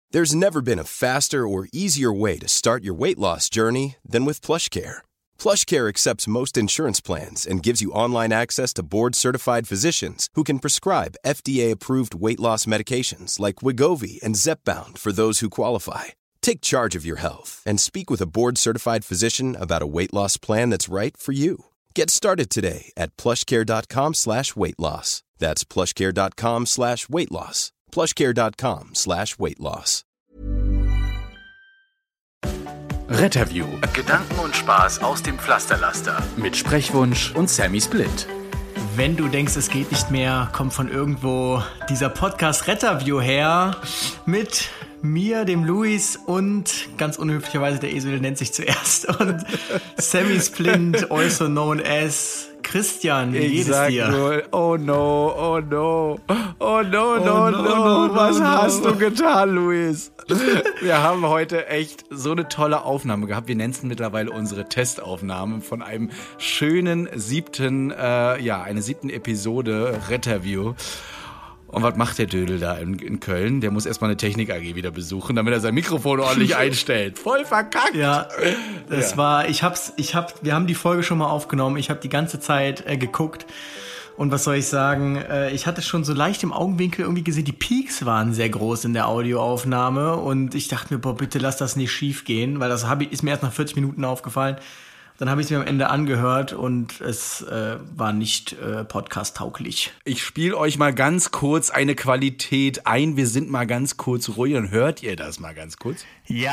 There's never been a faster or easier way to start your weight loss journey than with PlushCare. PlushCare accepts most insurance plans and gives you online access to board-certified physicians who can prescribe FDA-approved weight loss medications like Wegovy and Zepbound for those who qualify. Take charge of your health and speak with a board-certified physician about a weight loss plan that's right for you. Get started today at plushcare.com/weightloss. That's plushcare.com/weightloss. plushcare.com/weightloss. Retterview. Gedanken und Spaß aus dem Pflasterlaster. Mit Sprechwunsch und Sammy Split. Wenn du denkst, es geht nicht mehr, kommt von irgendwo dieser Podcast Retterview her mit mir, dem Luis und ganz unhöflicherweise der Esel nennt sich zuerst und Sammy Splint, also known as Christian. Wie geht es dir? Nur, oh no, was hast du getan, Luis? Wir haben heute echt so eine tolle Aufnahme gehabt. Wir nennen es mittlerweile unsere Testaufnahme von einem schönen einer siebten Episode Retterview. Und was macht der Dödel da in Köln? Der muss erstmal eine Technik-AG wieder besuchen, damit er sein Mikrofon ordentlich einstellt. Voll verkackt. Ja, wir haben die Folge schon mal aufgenommen. Ich habe die ganze Zeit geguckt. Und was soll ich sagen? Ich hatte schon so leicht im Augenwinkel irgendwie gesehen, die Peaks waren sehr groß in der Audioaufnahme. Und ich dachte mir, boah, bitte lass das nicht schief gehen, weil das ist mir erst nach 40 Minuten aufgefallen. Dann habe ich es mir am Ende angehört und es war nicht podcast-tauglich. Ich spiele euch mal ganz kurz eine Qualität ein. Wir sind mal ganz kurz ruhig. Dann hört ihr das mal ganz kurz.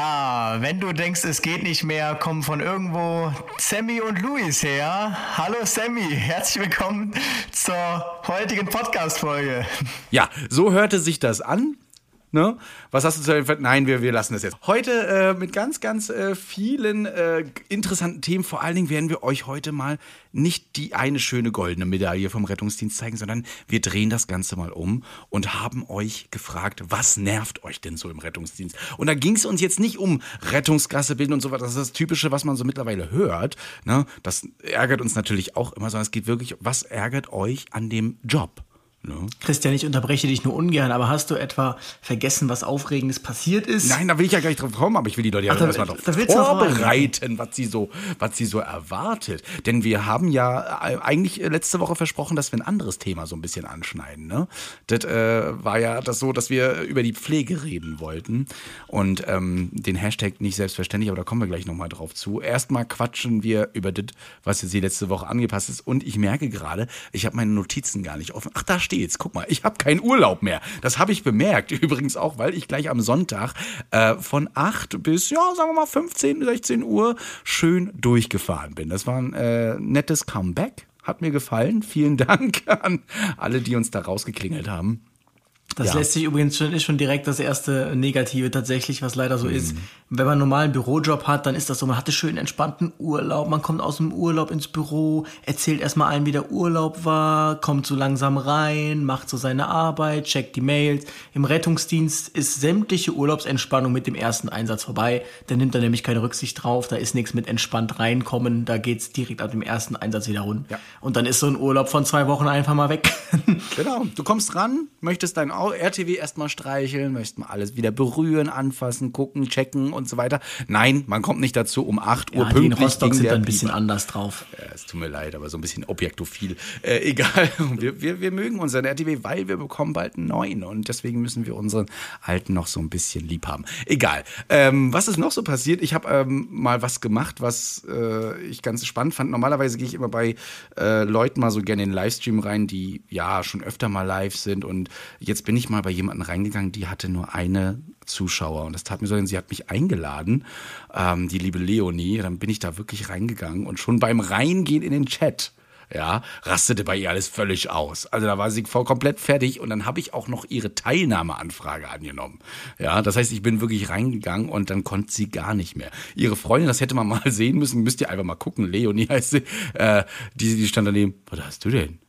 Ja, wenn du denkst, es geht nicht mehr, kommen von irgendwo Sammy und Luis her. Hallo Sammy, herzlich willkommen zur heutigen Podcast-Folge. Ja, so hörte sich das an. Ne? Was hast du zu empfehlen? Nein, wir lassen das jetzt. Heute mit ganz, ganz vielen interessanten Themen. Vor allen Dingen werden wir euch heute mal nicht die eine schöne goldene Medaille vom Rettungsdienst zeigen, sondern wir drehen das Ganze mal um und haben euch gefragt, was nervt euch denn so im Rettungsdienst? Und da ging es uns jetzt nicht um Rettungsgasse bilden und so weiter. Das ist das Typische, was man so mittlerweile hört. Ne? Das ärgert uns natürlich auch immer, sondern es geht wirklich, was ärgert euch an dem Job? No. Christian, ich unterbreche dich nur ungern, aber hast du etwa vergessen, was Aufregendes passiert ist? Nein, da will ich ja gar nicht drauf kommen, aber ich will die Leute ja erstmal darauf vorbereiten, was sie so erwartet. Denn wir haben ja eigentlich letzte Woche versprochen, dass wir ein anderes Thema so ein bisschen anschneiden. Ne? Das war ja das so, dass wir über die Pflege reden wollten und den Hashtag nicht selbstverständlich, aber da kommen wir gleich nochmal drauf zu. Erstmal quatschen wir über das, was jetzt die letzte Woche angepasst ist und ich merke gerade, ich habe meine Notizen gar nicht offen. Ach, da steht's. Guck mal, ich habe keinen Urlaub mehr. Das habe ich bemerkt. Übrigens auch, weil ich gleich am Sonntag von 8 bis, ja, sagen wir mal 15, 16 Uhr schön durchgefahren bin. Das war ein nettes Comeback. Hat mir gefallen. Vielen Dank an alle, die uns da rausgeklingelt haben. Das lässt sich übrigens ist schon direkt das erste Negative tatsächlich, was leider so ist. Wenn man einen normalen Bürojob hat, dann ist das so, man hatte schön entspannten Urlaub, man kommt aus dem Urlaub ins Büro, erzählt erstmal allen, wie der Urlaub war, kommt so langsam rein, macht so seine Arbeit, checkt die Mails. Im Rettungsdienst ist sämtliche Urlaubsentspannung mit dem ersten Einsatz vorbei. Da nimmt er nämlich keine Rücksicht drauf, da ist nichts mit entspannt reinkommen, da geht's direkt ab dem ersten Einsatz wieder rund. Ja. Und dann ist so ein Urlaub von 2 Wochen einfach mal weg. Genau, du kommst ran, möchtest dein RTW erstmal streicheln, möchtest mal alles wieder berühren, anfassen, gucken, checken und so weiter. Nein, man kommt nicht dazu um 8 Uhr pünktlich. Die in Rostock sind dann ein bisschen anders drauf. Ja, es tut mir leid, aber so ein bisschen objektophil. Egal, wir mögen unseren RTW, weil wir bekommen bald einen neuen und deswegen müssen wir unseren alten noch so ein bisschen lieb haben. Egal. Was ist noch so passiert? Ich habe mal was gemacht, was ich ganz spannend fand. Normalerweise gehe ich immer bei Leuten mal so gerne in den Livestream rein, die ja schon öfter mal live sind und jetzt bin ich mal bei jemandem reingegangen, die hatte nur eine Zuschauer und das tat mir so, denn sie hat mich eingeladen, die liebe Leonie, dann bin ich da wirklich reingegangen und schon beim Reingehen in den Chat, ja, rastete bei ihr alles völlig aus. Also da war sie komplett fertig und dann habe ich auch noch ihre Teilnahmeanfrage angenommen. Ja, das heißt, ich bin wirklich reingegangen und dann konnte sie gar nicht mehr. Ihre Freundin, das hätte man mal sehen müssen, müsst ihr einfach mal gucken, Leonie heißt sie, die stand daneben, was hast du denn?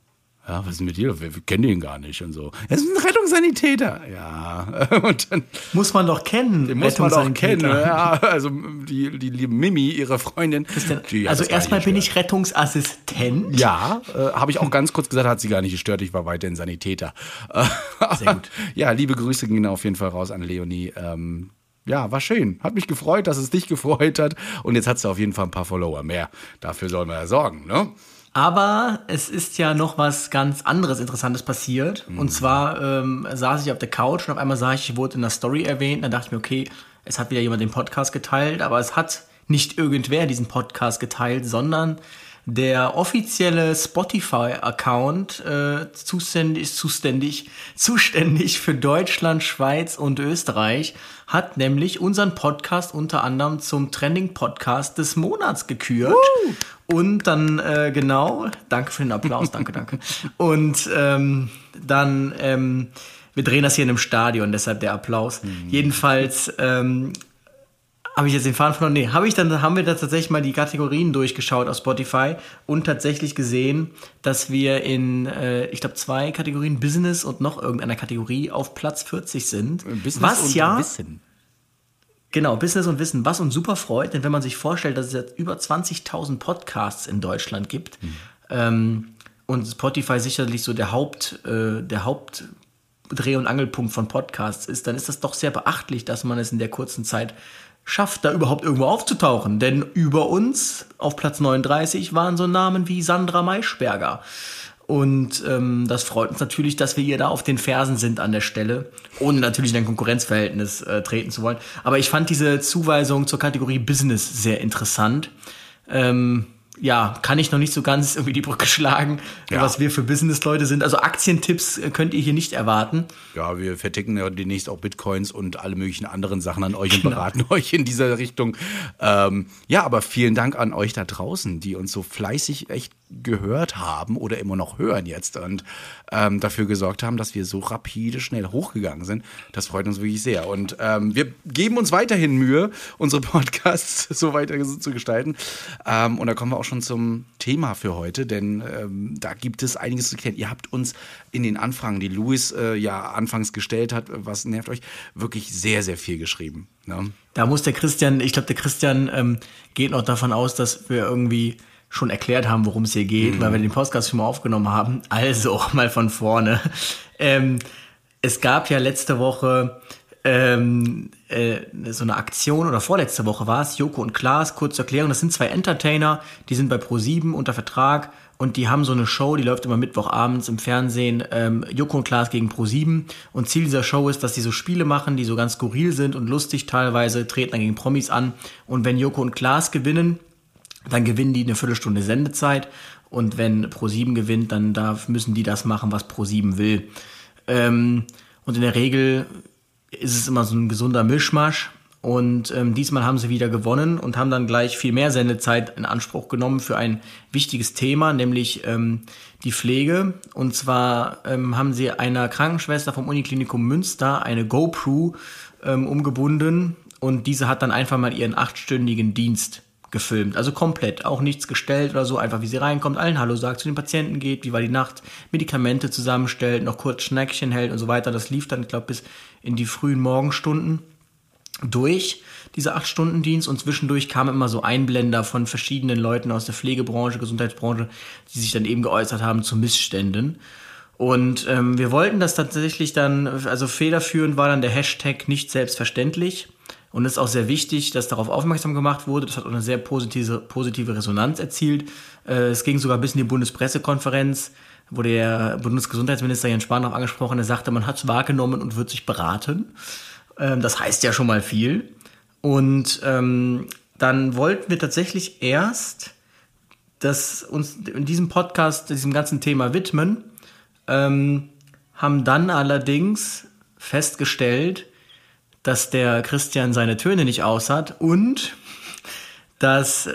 Ja, was ist mit dir? Wir kennen den gar nicht und so. Er ist ein Rettungssanitäter. Ja, und dann muss man doch kennen. Den muss man doch kennen. Ja, also die liebe Mimi, ihre Freundin. Also erstmal bin ich Rettungsassistent. Ja, habe ich auch ganz kurz gesagt, hat sie gar nicht gestört. Ich war weiterhin Sanitäter. Sehr gut. Ja, liebe Grüße gehen auf jeden Fall raus an Leonie. Ja, war schön. Hat mich gefreut, dass es dich gefreut hat. Und jetzt hast du auf jeden Fall ein paar Follower mehr. Dafür sollen wir ja sorgen, ne? Aber es ist ja noch was ganz anderes Interessantes passiert. Und zwar saß ich auf der Couch und auf einmal sah ich wurde in der Story erwähnt. Dann dachte ich mir, okay, es hat wieder jemand den Podcast geteilt. Aber es hat nicht irgendwer diesen Podcast geteilt, sondern der offizielle Spotify-Account zuständig für Deutschland, Schweiz und Österreich hat nämlich unseren Podcast unter anderem zum Trending-Podcast des Monats gekürt. Und dann, danke für den Applaus, danke. Und wir drehen das hier in einem Stadion, deshalb der Applaus. Jedenfalls habe ich jetzt den Faden verloren? Nee, haben wir da tatsächlich mal die Kategorien durchgeschaut auf Spotify und tatsächlich gesehen, dass wir in, ich glaube, 2 Kategorien Business und noch irgendeiner Kategorie auf Platz 40 sind. Business und Wissen. Genau, Business und Wissen, was uns super freut, denn wenn man sich vorstellt, dass es jetzt über 20.000 Podcasts in Deutschland gibt und Spotify sicherlich so der Hauptdreh- und Angelpunkt von Podcasts ist, dann ist das doch sehr beachtlich, dass man es in der kurzen Zeit schafft, da überhaupt irgendwo aufzutauchen. Denn über uns auf Platz 39 waren so Namen wie Sandra Maischberger. Und das freut uns natürlich, dass wir ihr da auf den Fersen sind an der Stelle, ohne natürlich in ein Konkurrenzverhältnis treten zu wollen. Aber ich fand diese Zuweisung zur Kategorie Business sehr interessant. Kann ich noch nicht so ganz irgendwie die Brücke schlagen, was wir für Business-Leute sind. Also Aktientipps könnt ihr hier nicht erwarten. Ja, wir verticken ja demnächst auch Bitcoins und alle möglichen anderen Sachen an euch und beraten euch in dieser Richtung. Aber vielen Dank an euch da draußen, die uns so fleißig echt gehört haben oder immer noch hören jetzt und dafür gesorgt haben, dass wir so rapide schnell hochgegangen sind. Das freut uns wirklich sehr. Und wir geben uns weiterhin Mühe, unsere Podcasts so weiter zu gestalten. Und da kommen wir auch schon zum Thema für heute, denn da gibt es einiges zu klären. Ihr habt uns in den Anfragen, die Luis anfangs gestellt hat, was nervt euch, wirklich sehr, sehr viel geschrieben. Ne? Da muss der Christian geht noch davon aus, dass wir irgendwie schon erklärt haben, worum es hier geht, weil wir den Podcast schon mal aufgenommen haben. Also mal von vorne. Es gab ja letzte Woche so eine Aktion, oder vorletzte Woche war es, Joko und Klaas, kurze Erklärung, das sind 2 Entertainer, die sind bei ProSieben unter Vertrag und die haben so eine Show, die läuft immer mittwochabends im Fernsehen, Joko und Klaas gegen ProSieben, und Ziel dieser Show ist, dass die so Spiele machen, die so ganz skurril sind und lustig teilweise, treten dann gegen Promis an, und wenn Joko und Klaas gewinnen, dann gewinnen die eine Viertelstunde Sendezeit, und wenn ProSieben gewinnt, dann müssen die das machen, was ProSieben will. Und in der Regel ist es immer so ein gesunder Mischmasch, und diesmal haben sie wieder gewonnen und haben dann gleich viel mehr Sendezeit in Anspruch genommen für ein wichtiges Thema, nämlich die Pflege. Und zwar haben sie einer Krankenschwester vom Uniklinikum Münster eine GoPro umgebunden, und diese hat dann einfach mal ihren 8-stündigen Dienst gefilmt, also komplett, auch nichts gestellt oder so, einfach wie sie reinkommt, allen Hallo sagt, zu den Patienten geht, wie war die Nacht, Medikamente zusammenstellt, noch kurz Schneckchen hält und so weiter. Das lief dann, ich glaube, bis in die frühen Morgenstunden durch, dieser 8-Stunden-Dienst, und zwischendurch kamen immer so Einblender von verschiedenen Leuten aus der Pflegebranche, Gesundheitsbranche, die sich dann eben geäußert haben zu Missständen. Und wir wollten das tatsächlich dann, also federführend war dann der Hashtag nicht selbstverständlich. Und es ist auch sehr wichtig, dass darauf aufmerksam gemacht wurde. Das hat auch eine sehr positive Resonanz erzielt. Es ging sogar bis in die Bundespressekonferenz, wo der Bundesgesundheitsminister Jens Spahn darauf angesprochen, er sagte, man hat es wahrgenommen und wird sich beraten. Das heißt ja schon mal viel. Und dann wollten wir tatsächlich erst uns in diesem Podcast diesem ganzen Thema widmen, haben dann allerdings festgestellt, dass der Christian seine Töne nicht aus hat und dass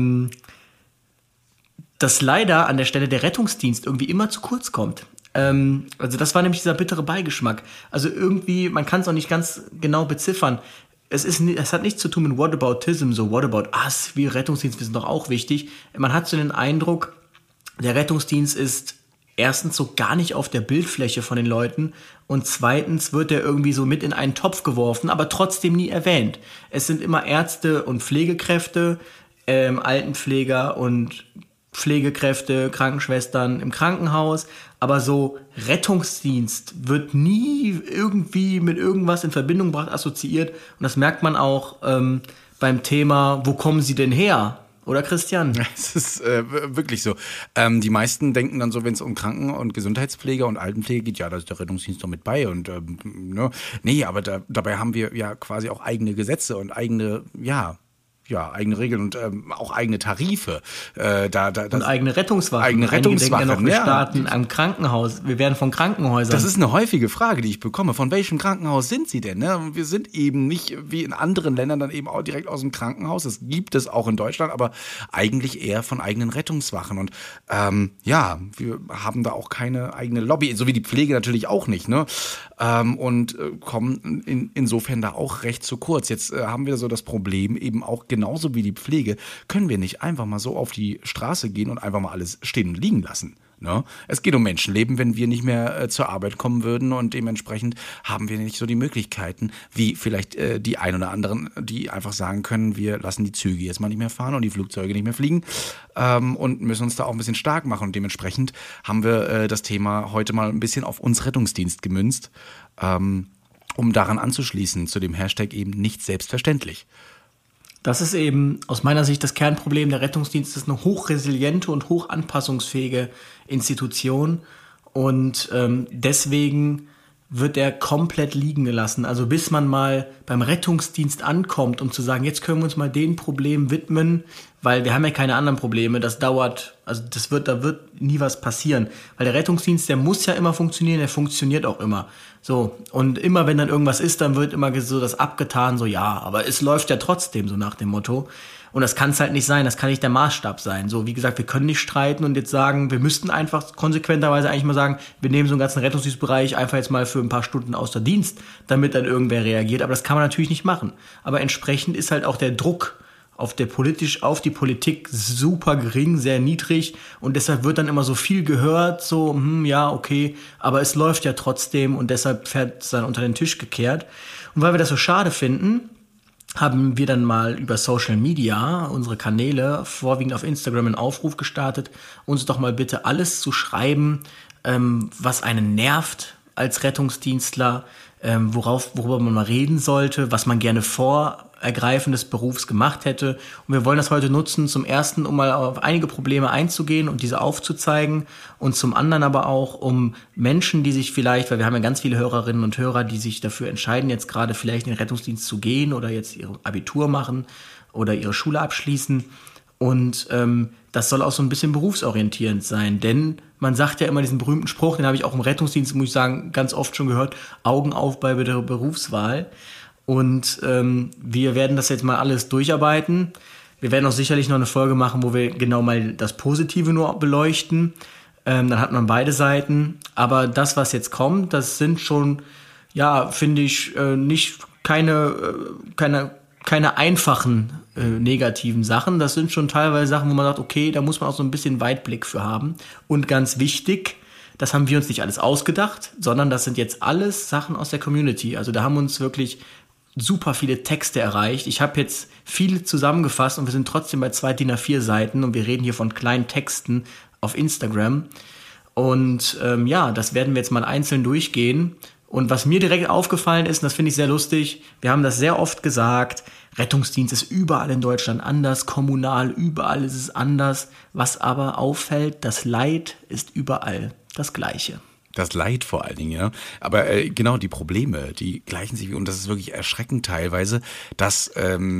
leider an der Stelle der Rettungsdienst irgendwie immer zu kurz kommt. Also das war nämlich dieser bittere Beigeschmack. Also irgendwie, man kann es auch nicht ganz genau beziffern. Es hat nichts zu tun mit Whataboutism, so what about us, wir Rettungsdienst, wir sind doch auch wichtig. Man hat so den Eindruck, der Rettungsdienst ist erstens so gar nicht auf der Bildfläche von den Leuten und zweitens wird er irgendwie so mit in einen Topf geworfen, aber trotzdem nie erwähnt. Es sind immer Ärzte und Pflegekräfte, Altenpfleger und Pflegekräfte, Krankenschwestern im Krankenhaus, aber so Rettungsdienst wird nie irgendwie mit irgendwas in Verbindung gebracht, assoziiert und das merkt man auch beim Thema, wo kommen sie denn her? Oder Christian? Es ist wirklich so. Die meisten denken dann so, wenn es um Kranken- und Gesundheitspflege und Altenpflege geht, ja, da ist der Rettungsdienst doch mit bei. Und ne? Nee, aber dabei haben wir ja quasi auch eigene Gesetze und eigene Regeln und auch eigene Tarife. Und eigene Rettungswaffen. Eigene Rettungswaffen, ja noch, wir starten am Krankenhaus. Wir werden von Krankenhäusern. Das ist eine häufige Frage, die ich bekomme. Von welchem Krankenhaus sind Sie denn? Ne? Wir sind eben nicht wie in anderen Ländern dann eben auch direkt aus dem Krankenhaus. Das gibt es auch in Deutschland, aber eigentlich eher von eigenen Rettungswachen. Und wir haben da auch keine eigene Lobby, so wie die Pflege natürlich auch nicht. Ne? Und kommen insofern da auch recht zu kurz. Jetzt haben wir so das Problem eben auch genauso wie die Pflege, können wir nicht einfach mal so auf die Straße gehen und einfach mal alles stehen und liegen lassen. Ne? Es geht um Menschenleben, wenn wir nicht mehr zur Arbeit kommen würden und dementsprechend haben wir nicht so die Möglichkeiten, wie vielleicht die ein oder anderen, die einfach sagen können, wir lassen die Züge jetzt mal nicht mehr fahren und die Flugzeuge nicht mehr fliegen und müssen uns da auch ein bisschen stark machen und dementsprechend haben wir das Thema heute mal ein bisschen auf uns Rettungsdienst gemünzt, um daran anzuschließen, zu dem Hashtag eben nicht selbstverständlich. Das ist eben aus meiner Sicht das Kernproblem. Der Rettungsdienst ist eine hochresiliente und hochanpassungsfähige Institution und deswegen wird er komplett liegen gelassen. Also bis man mal beim Rettungsdienst ankommt, um zu sagen, jetzt können wir uns mal den Problem widmen, weil wir haben ja keine anderen Probleme, das dauert, also da wird nie was passieren. Weil der Rettungsdienst, der muss ja immer funktionieren, der funktioniert auch immer. So, und immer wenn dann irgendwas ist, dann wird immer so das abgetan, so ja, aber es läuft ja trotzdem, so nach dem Motto. Und das kann es halt nicht sein, das kann nicht der Maßstab sein. So, wie gesagt, wir können nicht streiten und jetzt sagen, wir müssten einfach konsequenterweise eigentlich mal sagen, wir nehmen so einen ganzen Rettungsdienstbereich einfach jetzt mal für ein paar Stunden außer Dienst, damit dann irgendwer reagiert. Aber das kann man natürlich nicht machen. Aber entsprechend ist halt auch der Druck auf die Politik super gering, sehr niedrig und deshalb wird dann immer so viel gehört, so, ja, okay, aber es läuft ja trotzdem und deshalb wird es dann unter den Tisch gekehrt. Und weil wir das so schade finden, haben wir dann mal über Social Media, unsere Kanäle, vorwiegend auf Instagram einen Aufruf gestartet, uns doch mal bitte alles zu schreiben, was einen nervt als Rettungsdienstler, worüber man mal reden sollte, was man gerne vor Ergreifen des Berufs gemacht hätte. Und wir wollen das heute nutzen, zum ersten, um mal auf einige Probleme einzugehen und diese aufzuzeigen und zum anderen aber auch, um Menschen, die sich vielleicht, weil wir haben ja ganz viele Hörerinnen und Hörer, die sich dafür entscheiden, jetzt gerade vielleicht in den Rettungsdienst zu gehen oder jetzt ihr Abitur machen oder ihre Schule abschließen. Und das soll auch so ein bisschen berufsorientierend sein, denn man sagt ja immer diesen berühmten Spruch, den habe ich auch im Rettungsdienst, muss ich sagen, ganz oft schon gehört, Augen auf bei der Berufswahl. Und wir werden das jetzt mal alles durcharbeiten. Wir werden auch sicherlich noch eine Folge machen, wo wir genau mal das Positive nur beleuchten. Dann hat man beide Seiten. Aber das, was jetzt kommt, das sind schon, ja, finde ich, nicht keine einfachen negativen Sachen. Das sind schon teilweise Sachen, wo man sagt, okay, da muss man auch so ein bisschen Weitblick für haben. Und ganz wichtig, das haben wir uns nicht alles ausgedacht, sondern das sind jetzt alles Sachen aus der Community. Also da haben uns wirklich super viele Texte erreicht. Ich habe jetzt viele zusammengefasst und wir sind trotzdem bei 2 DIN A4 Seiten und wir reden hier von kleinen Texten auf Instagram. Und das werden wir jetzt mal einzeln durchgehen. Und was mir direkt aufgefallen ist, und das finde ich sehr lustig, wir haben das sehr oft gesagt, Rettungsdienst ist überall in Deutschland anders, kommunal, überall ist es anders. Was aber auffällt, das Leid ist überall das Gleiche. Das Leid vor allen Dingen, ja. Aber genau, die Probleme, die gleichen sich, und das ist wirklich erschreckend teilweise, dass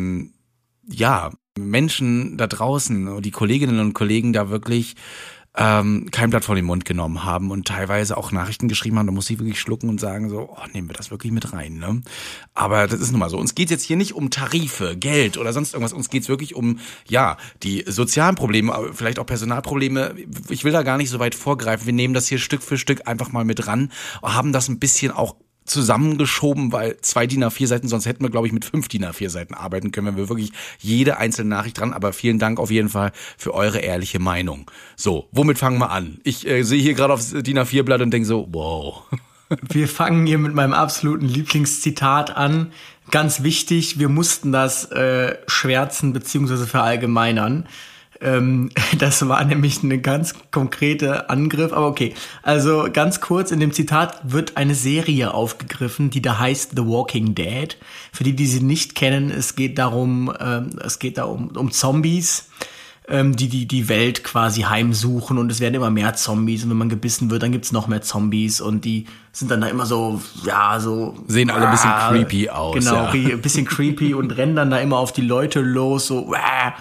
Menschen da draußen und die Kolleginnen und Kollegen da wirklich kein Blatt vor den Mund genommen haben und teilweise auch Nachrichten geschrieben haben, da muss ich wirklich schlucken und sagen so, nehmen wir das wirklich mit rein, ne? Aber das ist nun mal so. Uns geht's jetzt hier nicht um Tarife, Geld oder sonst irgendwas. Uns geht's wirklich um, die sozialen Probleme, vielleicht auch Personalprobleme. Ich will da gar nicht so weit vorgreifen. Wir nehmen das hier Stück für Stück einfach mal mit ran und haben das ein bisschen auch zusammengeschoben, weil 2 DIN A4 Seiten, sonst hätten wir, glaube ich, mit 5 DIN A4 Seiten arbeiten können, wenn wir wirklich jede einzelne Nachricht dran, aber vielen Dank auf jeden Fall für eure ehrliche Meinung. So, womit fangen wir an? Ich sehe hier gerade aufs DIN A4 Blatt und denke so, wow. Wir fangen hier mit meinem absoluten Lieblingszitat an. Ganz wichtig, wir mussten das schwärzen bzw. verallgemeinern. Das war nämlich eine ganz konkrete Angriff, aber okay. Also ganz kurz, in dem Zitat wird eine Serie aufgegriffen, die da heißt The Walking Dead. Für die sie nicht kennen, es geht da um Zombies, die Welt quasi heimsuchen, und es werden immer mehr Zombies, und wenn man gebissen wird, dann gibt's noch mehr Zombies, und die sind dann da immer so, sehen alle ein bisschen creepy aus. Genau, ja. Ein bisschen creepy und rennen dann da immer auf die Leute los, so.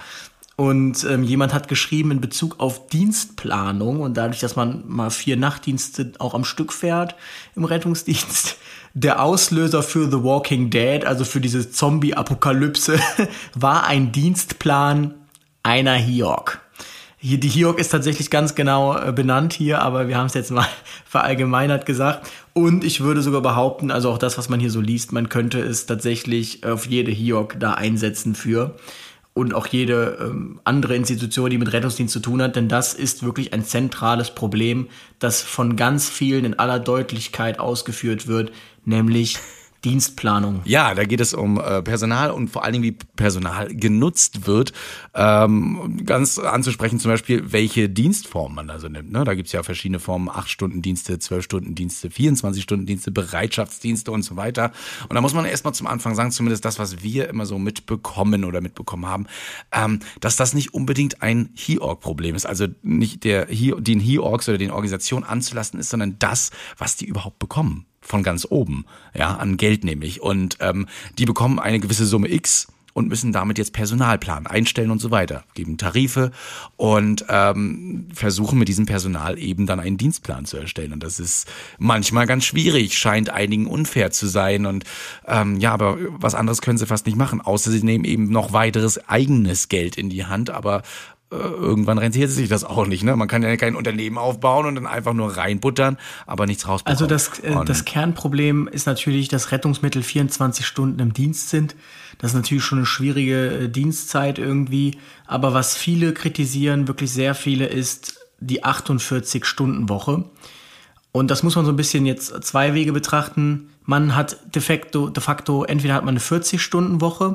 Und jemand hat geschrieben in Bezug auf Dienstplanung und dadurch, dass man mal 4 Nachtdienste auch am Stück fährt im Rettungsdienst, der Auslöser für The Walking Dead, also für diese Zombie-Apokalypse, war ein Dienstplan einer HIOC. Die HIOC ist tatsächlich ganz genau benannt hier, aber wir haben es jetzt mal verallgemeinert gesagt. Und ich würde sogar behaupten, also auch das, was man hier so liest, man könnte es tatsächlich auf jede HIOC da einsetzen für. Und auch jede andere Institution, die mit Rettungsdienst zu tun hat, denn das ist wirklich ein zentrales Problem, das von ganz vielen in aller Deutlichkeit ausgeführt wird, nämlich Dienstplanung. Ja, da geht es um Personal und vor allen Dingen, wie Personal genutzt wird. Ganz anzusprechen zum Beispiel, welche Dienstform man also nimmt. Ne? Da gibt's ja verschiedene Formen, 8-Stunden-Dienste, 12-Stunden-Dienste, 24-Stunden-Dienste, Bereitschaftsdienste und so weiter. Und da muss man erstmal zum Anfang sagen, zumindest das, was wir immer so mitbekommen haben, dass das nicht unbedingt ein HIOC-Problem ist. Also nicht den HIOCs oder den Organisationen anzulasten ist, sondern das, was die überhaupt bekommen. Von ganz oben, ja, an Geld nämlich. Und die bekommen eine gewisse Summe X und müssen damit jetzt Personalplan einstellen und so weiter, geben Tarife und versuchen mit diesem Personal eben dann einen Dienstplan zu erstellen. Und das ist manchmal ganz schwierig, scheint einigen unfair zu sein. Und aber was anderes können sie fast nicht machen, außer sie nehmen eben noch weiteres eigenes Geld in die Hand, aber irgendwann rentiert sich das auch nicht, ne? Man kann ja kein Unternehmen aufbauen und dann einfach nur reinbuttern, aber nichts rausbekommen. Also das Kernproblem ist natürlich, dass Rettungsmittel 24 Stunden im Dienst sind. Das ist natürlich schon eine schwierige Dienstzeit irgendwie. Aber was viele kritisieren, wirklich sehr viele, ist die 48-Stunden-Woche. Und das muss man so ein bisschen jetzt 2 Wege betrachten. Man hat de facto entweder hat man eine 40-Stunden-Woche,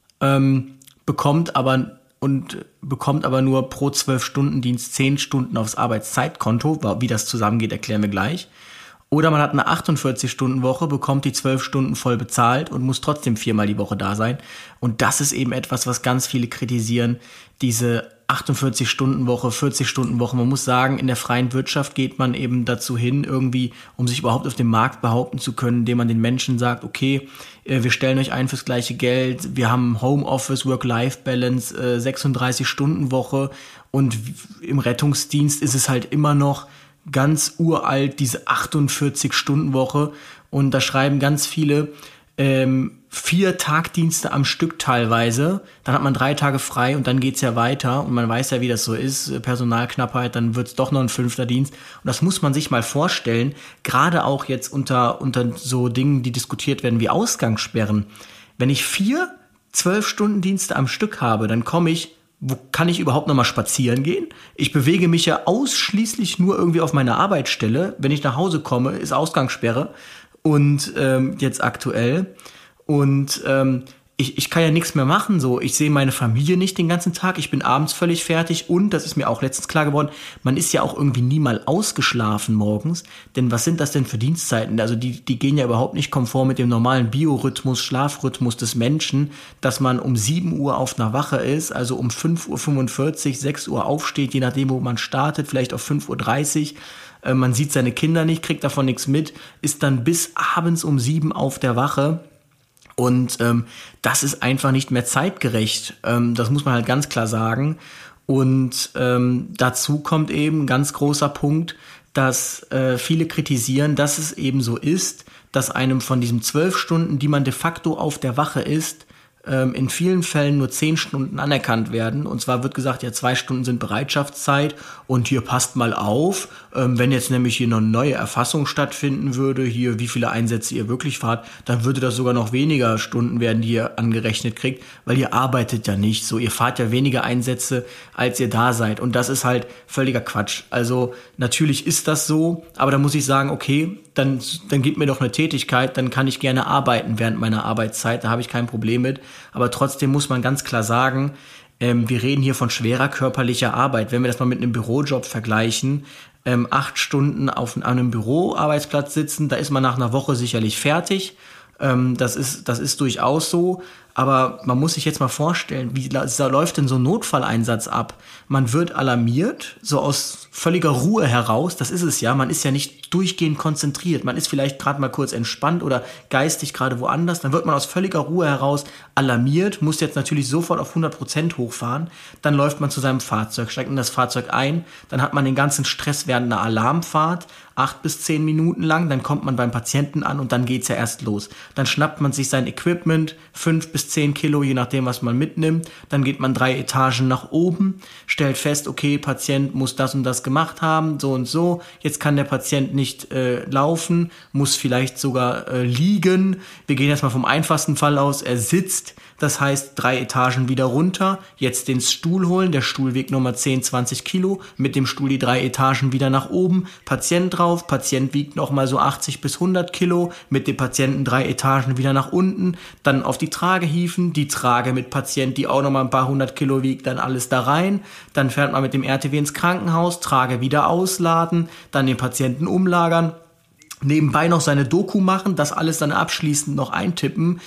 bekommt aber nur pro 12-Stunden-Dienst 10 Stunden aufs Arbeitszeitkonto. Wie das zusammengeht, erklären wir gleich. Oder man hat eine 48-Stunden-Woche, bekommt die 12 Stunden voll bezahlt und muss trotzdem 4-mal die Woche da sein. Und das ist eben etwas, was ganz viele kritisieren, diese 48-Stunden-Woche, 40-Stunden-Woche. Man muss sagen, in der freien Wirtschaft geht man eben dazu hin, irgendwie, um sich überhaupt auf dem Markt behaupten zu können, indem man den Menschen sagt, okay, wir stellen euch ein fürs gleiche Geld, wir haben Homeoffice, Work-Life-Balance, 36-Stunden-Woche, und im Rettungsdienst ist es halt immer noch ganz uralt, diese 48-Stunden-Woche, und da schreiben ganz viele 4 Tagdienste am Stück teilweise, dann hat man 3 Tage frei und dann geht's ja weiter, und man weiß ja, wie das so ist, Personalknappheit, dann wird's doch noch ein 5. Dienst, und das muss man sich mal vorstellen, gerade auch jetzt unter so Dingen, die diskutiert werden wie Ausgangssperren. Wenn ich 4 12-Stunden-Dienste am Stück habe, dann wo kann ich überhaupt noch mal spazieren gehen? Ich bewege mich ja ausschließlich nur irgendwie auf meiner Arbeitsstelle. Wenn ich nach Hause komme, ist Ausgangssperre, und jetzt aktuell. Und ich kann ja nichts mehr machen, so. Ich sehe meine Familie nicht den ganzen Tag, ich bin abends völlig fertig, und das ist mir auch letztens klar geworden, man ist ja auch irgendwie nie mal ausgeschlafen morgens, denn was sind das denn für Dienstzeiten? Also die gehen ja überhaupt nicht konform mit dem normalen Biorhythmus, Schlafrhythmus des Menschen, dass man um 7 Uhr auf einer Wache ist, also um 5:45 Uhr, 6 Uhr aufsteht, je nachdem, wo man startet, vielleicht auf 5:30 Uhr. Man sieht seine Kinder nicht, kriegt davon nichts mit, ist dann bis abends um 7 auf der Wache. Und das ist einfach nicht mehr zeitgerecht. Das muss man halt ganz klar sagen. Und dazu kommt eben ein ganz großer Punkt, dass viele kritisieren, dass es eben so ist, dass einem von diesen 12 Stunden, die man de facto auf der Wache ist, in vielen Fällen nur 10 Stunden anerkannt werden. Und zwar wird gesagt, ja, 2 Stunden sind Bereitschaftszeit und hier passt mal auf, wenn jetzt nämlich hier noch eine neue Erfassung stattfinden würde, hier wie viele Einsätze ihr wirklich fahrt, dann würde das sogar noch weniger Stunden werden, die ihr angerechnet kriegt, weil ihr arbeitet ja nicht so. Ihr fahrt ja weniger Einsätze, als ihr da seid. Und das ist halt völliger Quatsch. Also natürlich ist das so, aber da muss ich sagen, okay, dann gib mir doch eine Tätigkeit, dann kann ich gerne arbeiten während meiner Arbeitszeit, da habe ich kein Problem mit. Aber trotzdem muss man ganz klar sagen, wir reden hier von schwerer körperlicher Arbeit. Wenn wir das mal mit einem Bürojob vergleichen, 8 Stunden an einem Büroarbeitsplatz sitzen, da ist man nach einer Woche sicherlich fertig. Das ist durchaus so. Aber man muss sich jetzt mal vorstellen, wie läuft denn so ein Notfalleinsatz ab? Man wird alarmiert, so aus völliger Ruhe heraus. Das ist es ja. Man ist ja nicht durchgehend konzentriert. Man ist vielleicht gerade mal kurz entspannt oder geistig gerade woanders. Dann wird man aus völliger Ruhe heraus alarmiert, muss jetzt natürlich sofort auf 100% hochfahren. Dann läuft man zu seinem Fahrzeug, steigt in das Fahrzeug ein. Dann hat man den ganzen Stress während einer Alarmfahrt, 8 bis 10 Minuten lang. Dann kommt man beim Patienten an und dann geht's ja erst los. Dann schnappt man sich sein Equipment, 5 bis 10 Kilo, je nachdem, was man mitnimmt. Dann geht man 3 Etagen nach oben, stellt fest, okay, Patient muss das und das gemacht haben, so und so. Jetzt kann der Patient nicht laufen, muss vielleicht sogar liegen. Wir gehen jetzt mal vom einfachsten Fall aus, er sitzt. Das heißt, 3 Etagen wieder runter, jetzt den Stuhl holen, der Stuhl wiegt nochmal 10, 20 Kilo, mit dem Stuhl die 3 Etagen wieder nach oben, Patient drauf, Patient wiegt nochmal so 80 bis 100 Kilo, mit dem Patienten 3 Etagen wieder nach unten, dann auf die Trage hieven, die Trage mit Patient, die auch nochmal ein paar 100 Kilo wiegt, dann alles da rein, dann fährt man mit dem RTW ins Krankenhaus, Trage wieder ausladen, dann den Patienten umlagern, nebenbei noch seine Doku machen, das alles dann abschließend noch eintippen.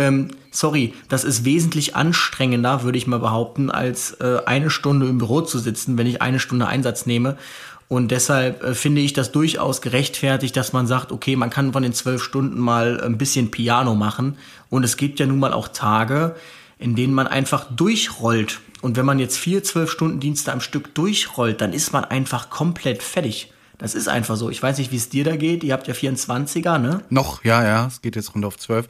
Das ist wesentlich anstrengender, würde ich mal behaupten, als 1 Stunde im Büro zu sitzen, wenn ich 1 Stunde Einsatz nehme. Und deshalb finde ich das durchaus gerechtfertigt, dass man sagt, okay, man kann von den 12 Stunden mal ein bisschen Piano machen. Und es gibt ja nun mal auch Tage, in denen man einfach durchrollt. Und wenn man jetzt 4 12-Stunden-Dienste am Stück durchrollt, dann ist man einfach komplett fertig. Das ist einfach so. Ich weiß nicht, wie es dir da geht. Ihr habt ja 24er, ne? Noch, ja. Es geht jetzt runter auf 12.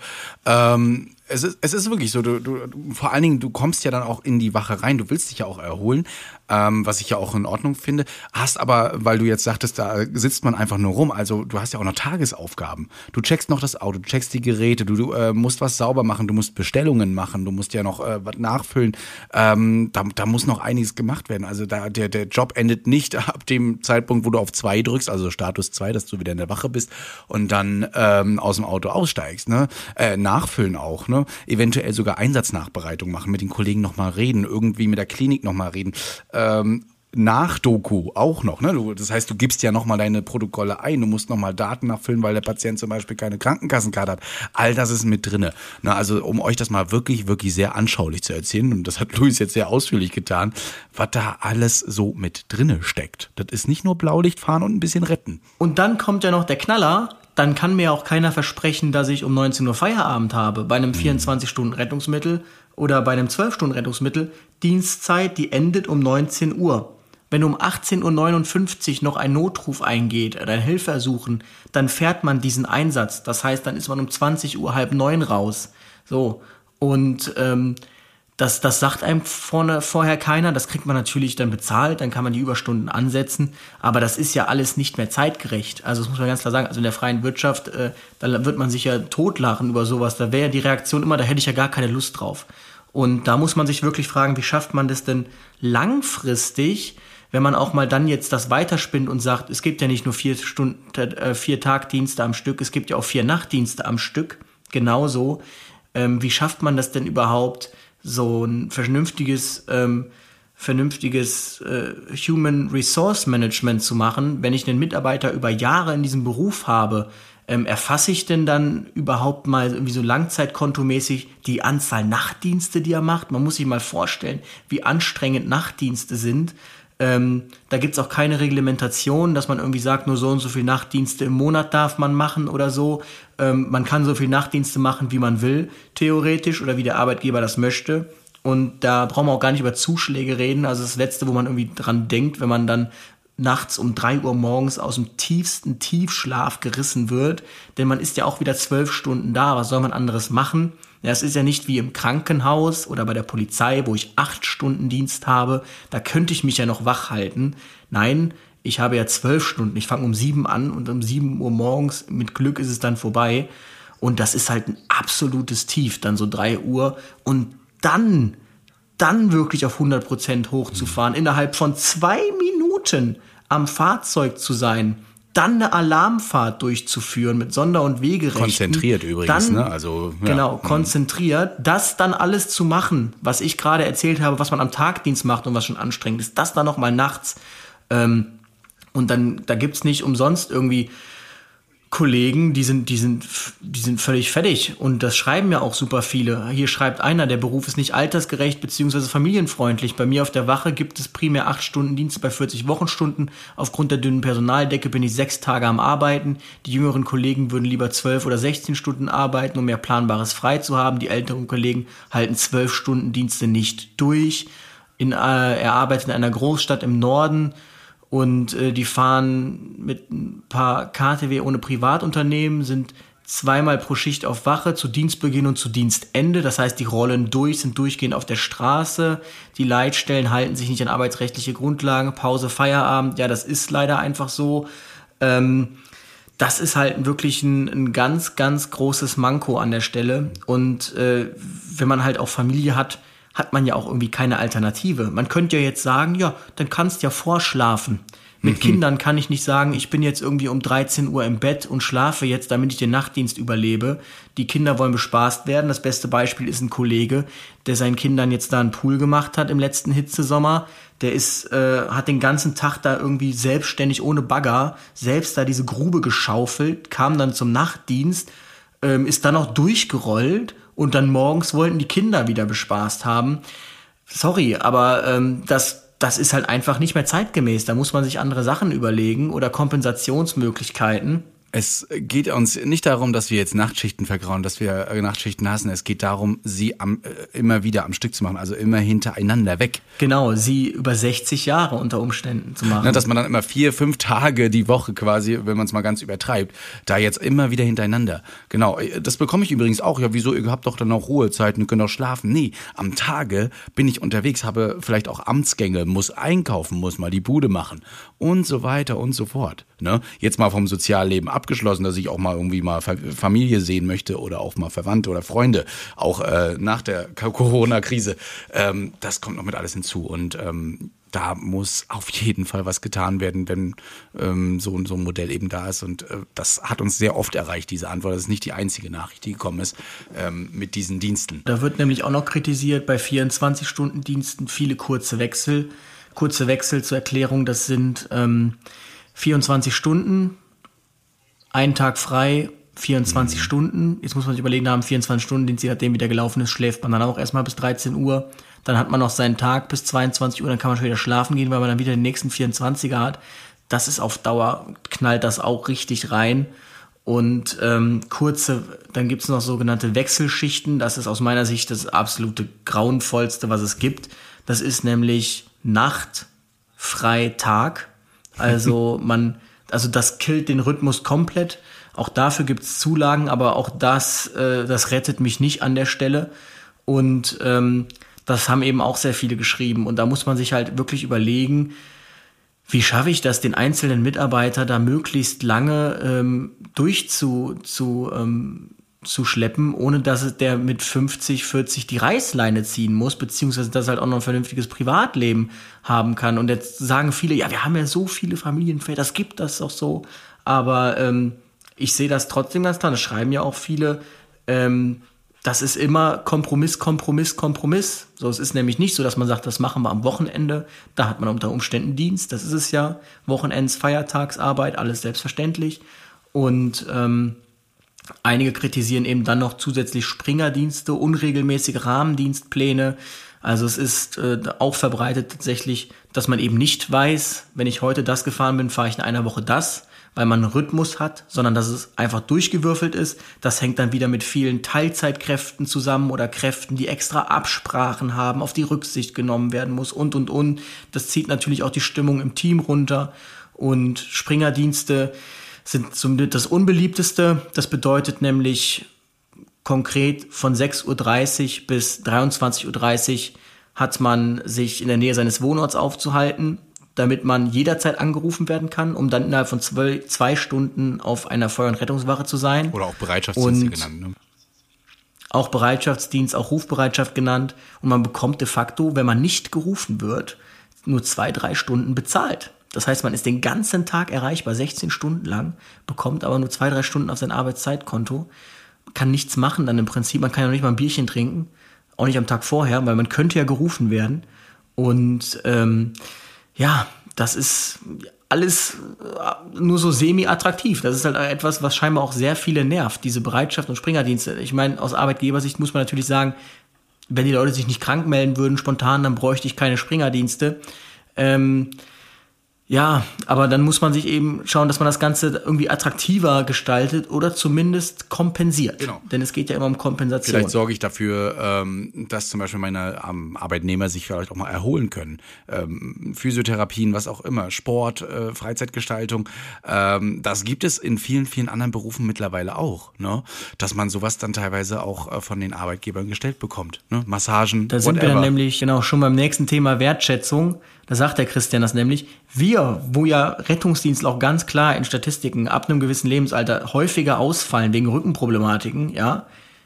Es ist wirklich so, du vor allen Dingen, du kommst ja dann auch in die Wache rein, du willst dich ja auch erholen, was ich ja auch in Ordnung finde, hast aber, weil du jetzt sagtest, da sitzt man einfach nur rum, also du hast ja auch noch Tagesaufgaben. Du checkst noch das Auto, du checkst die Geräte, du musst was sauber machen, du musst Bestellungen machen, du musst ja noch was nachfüllen, da muss noch einiges gemacht werden. Also der Job endet nicht ab dem Zeitpunkt, wo du auf 2 drückst, also Status 2, dass du wieder in der Wache bist und dann aus dem Auto aussteigst, ne? Nachfüllen auch, ne? Eventuell sogar Einsatznachbereitung machen, mit den Kollegen nochmal reden, irgendwie mit der Klinik nochmal reden. Nach-Doku auch noch, ne? Das heißt, du gibst ja nochmal deine Protokolle ein, du musst nochmal Daten nachfüllen, weil der Patient zum Beispiel keine Krankenkassenkarte hat. All das ist mit drinne. Na, also um euch das mal wirklich, wirklich sehr anschaulich zu erzählen, und das hat Luis jetzt sehr ausführlich getan, was da alles so mit drinne steckt. Das ist nicht nur Blaulicht fahren und ein bisschen retten. Und dann kommt ja noch der Knaller. Dann kann mir auch keiner versprechen, dass ich um 19 Uhr Feierabend habe. Bei einem 24-Stunden-Rettungsmittel oder bei einem 12-Stunden-Rettungsmittel. Dienstzeit, die endet um 19 Uhr. Wenn um 18.59 Uhr noch ein Notruf eingeht oder ein Hilfeersuchen, dann fährt man diesen Einsatz. Das heißt, dann ist man um 20 Uhr 8:30 raus. So. Und das sagt einem vorher keiner, das kriegt man natürlich dann bezahlt, dann kann man die Überstunden ansetzen, aber das ist ja alles nicht mehr zeitgerecht. Also das muss man ganz klar sagen, also in der freien Wirtschaft, da wird man sich ja totlachen über sowas, da wäre ja die Reaktion immer, da hätte ich ja gar keine Lust drauf. Und da muss man sich wirklich fragen, wie schafft man das denn langfristig, wenn man auch mal dann jetzt das weiterspinnt und sagt, es gibt ja nicht nur 4 Tagdienste am Stück, es gibt ja auch 4 Nachtdienste am Stück, genauso. Wie schafft man das denn überhaupt, so ein vernünftiges Human Resource Management zu machen, wenn ich einen Mitarbeiter über Jahre in diesem Beruf habe, erfasse ich denn dann überhaupt mal irgendwie so langzeitkontomäßig die Anzahl Nachtdienste, die er macht? Man muss sich mal vorstellen, wie anstrengend Nachtdienste sind. Da gibt's auch keine Reglementation, dass man irgendwie sagt, nur so und so viel Nachtdienste im Monat darf man machen oder so. Man kann so viel Nachtdienste machen, wie man will, theoretisch, oder wie der Arbeitgeber das möchte. Und da brauchen wir auch gar nicht über Zuschläge reden. Also das Letzte, wo man irgendwie dran denkt, wenn man dann nachts um 3 Uhr morgens aus dem tiefsten Tiefschlaf gerissen wird. Denn man ist ja auch wieder 12 Stunden da. Was soll man anderes machen? Ja, es ist ja nicht wie im Krankenhaus oder bei der Polizei, wo ich 8 Stunden Dienst habe. Da könnte ich mich ja noch wach halten. Nein, ich habe ja 12 Stunden. Ich fange um 7 an und um 7 Uhr morgens, mit Glück ist es dann vorbei. Und das ist halt ein absolutes Tief, dann so 3 Uhr. Und dann wirklich auf 100% hochzufahren, innerhalb von 2 Minuten am Fahrzeug zu sein, dann eine Alarmfahrt durchzuführen mit Sonder- und Wegerechten. Konzentriert übrigens, dann, ne? Also, ja. Genau, konzentriert. Das dann alles zu machen, was ich gerade erzählt habe, was man am Tagdienst macht und was schon anstrengend ist, das dann nochmal nachts. Und dann, da gibt's nicht umsonst irgendwie Kollegen, die sind völlig fertig. Und das schreiben ja auch super viele. Hier schreibt einer, der Beruf ist nicht altersgerecht bzw. familienfreundlich. Bei mir auf der Wache gibt es primär 8 Stunden Dienst bei 40 Wochenstunden. Aufgrund der dünnen Personaldecke bin ich 6 Tage am Arbeiten. Die jüngeren Kollegen würden lieber 12 oder 16 Stunden arbeiten, um mehr Planbares frei zu haben. Die älteren Kollegen halten 12 Stunden Dienste nicht durch. Er arbeitet in einer Großstadt im Norden. Und die fahren mit ein paar KTW ohne Privatunternehmen, sind 2-mal pro Schicht auf Wache, zu Dienstbeginn und zu Dienstende. Das heißt, die rollen durch, sind durchgehend auf der Straße. Die Leitstellen halten sich nicht an arbeitsrechtliche Grundlagen. Pause, Feierabend, ja, das ist leider einfach so. Das ist halt wirklich ein ganz, ganz großes Manko an der Stelle. Und wenn man halt auch Familie hat man ja auch irgendwie keine Alternative. Man könnte ja jetzt sagen, ja, dann kannst ja vorschlafen. Mit Kindern kann ich nicht sagen, ich bin jetzt irgendwie um 13 Uhr im Bett und schlafe jetzt, damit ich den Nachtdienst überlebe. Die Kinder wollen bespaßt werden. Das beste Beispiel ist ein Kollege, der seinen Kindern jetzt da einen Pool gemacht hat im letzten Hitzesommer. Der hat den ganzen Tag da irgendwie selbstständig ohne Bagger selbst da diese Grube geschaufelt, kam dann zum Nachtdienst, ist dann auch durchgerollt. Und dann morgens wollten die Kinder wieder bespaßt haben. Sorry, aber das ist halt einfach nicht mehr zeitgemäß. Da muss man sich andere Sachen überlegen oder Kompensationsmöglichkeiten. Es geht uns nicht darum, dass wir jetzt Nachtschichten vergrauen, dass wir Nachtschichten hassen. Es geht darum, sie immer wieder am Stück zu machen, also immer hintereinander weg. Genau, sie über 60 Jahre unter Umständen zu machen. Na, dass man dann immer 4, 5 Tage die Woche quasi, wenn man es mal ganz übertreibt, da jetzt immer wieder hintereinander. Genau, das bekomme ich übrigens auch. Ja, wieso, ihr habt doch dann auch Ruhezeiten, ihr könnt auch schlafen. Nee, am Tage bin ich unterwegs, habe vielleicht auch Amtsgänge, muss einkaufen, muss mal die Bude machen und so weiter und so fort. Ne? Jetzt mal vom Sozialleben abgeschlossen, dass ich auch mal irgendwie mal Familie sehen möchte oder auch mal Verwandte oder Freunde, auch nach der Corona-Krise. Das kommt noch mit alles hinzu und da muss auf jeden Fall was getan werden, wenn so ein Modell eben da ist und das hat uns sehr oft erreicht, diese Antwort. Das ist nicht die einzige Nachricht, die gekommen ist mit diesen Diensten. Da wird nämlich auch noch kritisiert, bei 24-Stunden-Diensten viele kurze Wechsel. Kurze Wechsel zur Erklärung, das sind 24 Stunden, einen Tag frei, 24 Stunden. Jetzt muss man sich überlegen, nach einem 24-Stunden-Dienst, je nachdem wie der gelaufen ist, schläft man dann auch erstmal bis 13 Uhr. Dann hat man noch seinen Tag bis 22 Uhr, dann kann man schon wieder schlafen gehen, weil man dann wieder den nächsten 24er hat. Das ist auf Dauer, knallt das auch richtig rein. Und dann gibt's noch sogenannte Wechselschichten. Das ist aus meiner Sicht das absolute Grauenvollste, was es gibt. Das ist nämlich Nacht, frei, Tag. Also das killt den Rhythmus komplett. Auch dafür gibt's Zulagen, aber auch das rettet mich nicht an der Stelle. Und das haben eben auch sehr viele geschrieben. Und da muss man sich halt wirklich überlegen, wie schaffe ich das, den einzelnen Mitarbeiter da möglichst lange durchzuschleppen, ohne dass der mit 50, 40 die Reißleine ziehen muss, beziehungsweise dass er halt auch noch ein vernünftiges Privatleben haben kann. Und jetzt sagen viele, ja, wir haben ja so viele Familienväter, das gibt das doch so. Aber ich sehe das trotzdem ganz klar, das schreiben ja auch viele, das ist immer Kompromiss. So, es ist nämlich nicht so, dass man sagt, das machen wir am Wochenende. Da hat man unter Umständen Dienst. Das ist es ja. Wochenends, Feiertagsarbeit, alles selbstverständlich. Und einige kritisieren eben dann noch zusätzlich Springerdienste, unregelmäßige Rahmendienstpläne. Also es ist auch verbreitet tatsächlich, dass man eben nicht weiß, wenn ich heute das gefahren bin, fahre ich in einer Woche das, weil man einen Rhythmus hat, sondern dass es einfach durchgewürfelt ist. Das hängt dann wieder mit vielen Teilzeitkräften zusammen oder Kräften, die extra Absprachen haben, auf die Rücksicht genommen werden muss und. Das zieht natürlich auch die Stimmung im Team runter. Und Springerdienste sind somit das Unbeliebteste. Das bedeutet nämlich Konkret von 6:30 Uhr bis 23:30 Uhr hat man sich in der Nähe seines Wohnorts aufzuhalten, damit man jederzeit angerufen werden kann, um dann innerhalb von 2 Stunden auf einer Feuer- und Rettungswache zu sein. Oder auch Bereitschaftsdienste genannt, ne? Auch Bereitschaftsdienst, auch Rufbereitschaft genannt. Und man bekommt de facto, wenn man nicht gerufen wird, nur 2-3 Stunden bezahlt. Das heißt, man ist den ganzen Tag erreichbar, 16 Stunden lang, bekommt aber nur 2-3 Stunden auf sein Arbeitszeitkonto, kann nichts machen dann im Prinzip. Man kann ja noch nicht mal ein Bierchen trinken, auch nicht am Tag vorher, weil man könnte ja gerufen werden. Und das ist alles nur so semi-attraktiv. Das ist halt etwas, was scheinbar auch sehr viele nervt, diese Bereitschaft und Springerdienste. Ich meine, aus Arbeitgebersicht muss man natürlich sagen, wenn die Leute sich nicht krank melden würden spontan, dann bräuchte ich keine Springerdienste. Aber dann muss man sich eben schauen, dass man das Ganze irgendwie attraktiver gestaltet oder zumindest kompensiert. Genau. Denn es geht ja immer um Kompensation. Vielleicht sorge ich dafür, dass zum Beispiel meine Arbeitnehmer sich vielleicht auch mal erholen können. Physiotherapien, was auch immer, Sport, Freizeitgestaltung. Das gibt es in vielen, vielen anderen Berufen mittlerweile auch, ne? Dass man sowas dann teilweise auch von den Arbeitgebern gestellt bekommt. Ne? Massagen, da sind wir dann nämlich schon beim nächsten Thema Wertschätzung. Da sagt der Christian das nämlich. Wir, wo ja Rettungsdienstler auch ganz klar in Statistiken ab einem gewissen Lebensalter häufiger ausfallen wegen Rückenproblematiken, ja.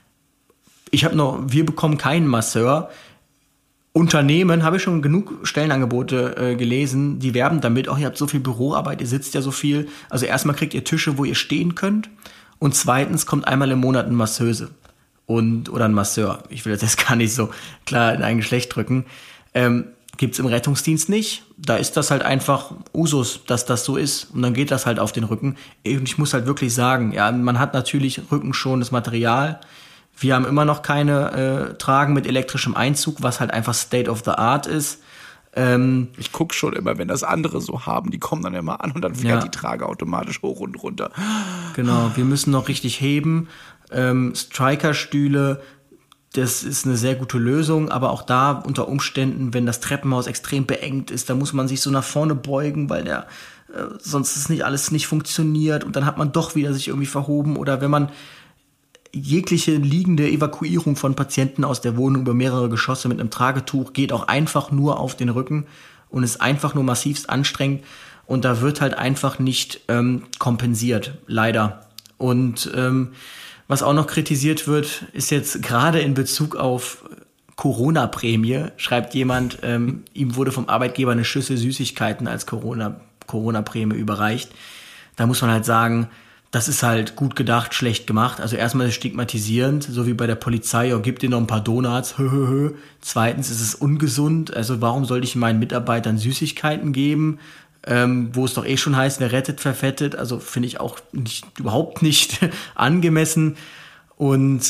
Wir bekommen keinen Masseur. Unternehmen, habe ich schon genug Stellenangebote gelesen, die werben damit, ihr habt so viel Büroarbeit, ihr sitzt ja so viel. Also erstmal kriegt ihr Tische, wo ihr stehen könnt. Und zweitens kommt einmal im Monat eine Masseuse oder ein Masseur. Ich will das jetzt gar nicht so klar in ein Geschlecht drücken. Gibt's im Rettungsdienst nicht. Da ist das halt einfach Usus, dass das so ist. Und dann geht das halt auf den Rücken. Und ich muss halt wirklich sagen, ja, man hat natürlich rückenschonendes Material. Wir haben immer noch keine Tragen mit elektrischem Einzug, was halt einfach State of the Art ist. Ich gucke schon immer, wenn das andere so haben, die kommen dann immer an und dann fährt die Trage automatisch hoch und runter. Genau, wir müssen noch richtig heben. Striker-Stühle, das ist eine sehr gute Lösung, aber auch da unter Umständen, wenn das Treppenhaus extrem beengt ist, da muss man sich so nach vorne beugen, weil sonst ist alles nicht funktioniert und dann hat man doch wieder sich irgendwie verhoben. Oder wenn man jegliche liegende Evakuierung von Patienten aus der Wohnung über mehrere Geschosse mit einem Tragetuch geht auch einfach nur auf den Rücken und ist einfach nur massivst anstrengend und da wird halt einfach nicht kompensiert, leider. Und was auch noch kritisiert wird, ist jetzt gerade in Bezug auf Corona-Prämie, schreibt jemand, ihm wurde vom Arbeitgeber eine Schüssel Süßigkeiten als Corona-Prämie überreicht. Da muss man halt sagen, das ist halt gut gedacht, schlecht gemacht. Also erstmal ist es stigmatisierend, so wie bei der Polizei, gib dir noch ein paar Donuts, Zweitens ist es ungesund, also warum sollte ich meinen Mitarbeitern Süßigkeiten geben? Wo es doch schon heißt, wer rettet, verfettet. Also finde ich auch überhaupt nicht angemessen. Und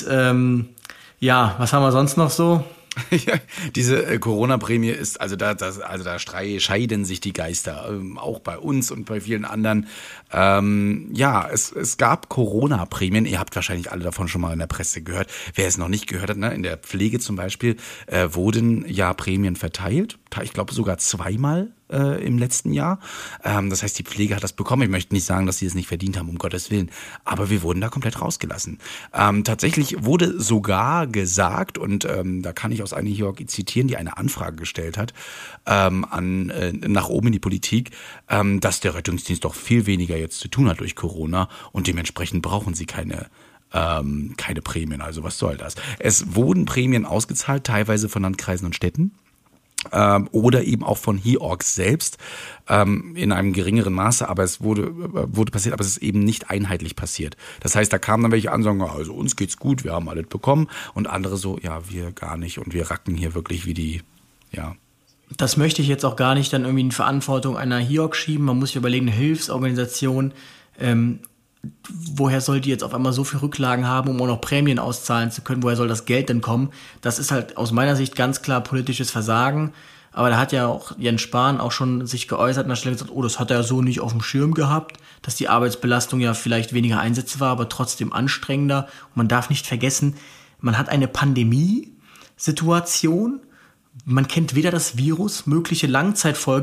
was haben wir sonst noch so? Ja, diese Corona-Prämie ist, da scheiden sich die Geister, auch bei uns und bei vielen anderen. Es gab Corona-Prämien, ihr habt wahrscheinlich alle davon schon mal in der Presse gehört. Wer es noch nicht gehört hat, ne, in der Pflege zum Beispiel wurden ja Prämien verteilt, ich glaube sogar 2-mal im letzten Jahr. Das heißt, die Pflege hat das bekommen. Ich möchte nicht sagen, dass sie es nicht verdient haben, um Gottes Willen. Aber wir wurden da komplett rausgelassen. Tatsächlich wurde sogar gesagt, und da kann ich aus einer Georg zitieren, die eine Anfrage gestellt hat, nach oben in die Politik, dass der Rettungsdienst doch viel weniger jetzt zu tun hat durch Corona und dementsprechend brauchen sie keine Prämien. Also was soll das? Es wurden Prämien ausgezahlt, teilweise von Landkreisen und Städten. Oder eben auch von HIORGs selbst in einem geringeren Maße, aber es wurde passiert, aber es ist eben nicht einheitlich passiert. Das heißt, da kamen dann welche an und sagen, also uns geht's gut, wir haben alles bekommen und andere so, ja, wir gar nicht und wir racken hier wirklich wie die, ja. Das möchte ich jetzt auch gar nicht dann irgendwie in Verantwortung einer HIORG schieben, man muss sich überlegen, eine Hilfsorganisation, woher soll die jetzt auf einmal so viel Rücklagen haben, um auch noch Prämien auszahlen zu können? Woher soll das Geld denn kommen? Das ist halt aus meiner Sicht ganz klar politisches Versagen. Aber da hat ja auch Jens Spahn auch schon sich geäußert und an der Stelle gesagt, das hat er so nicht auf dem Schirm gehabt, dass die Arbeitsbelastung ja vielleicht weniger Einsätze war, aber trotzdem anstrengender. Und man darf nicht vergessen, man hat eine Pandemiesituation, man kennt weder das Virus, mögliche Langzeitfolgen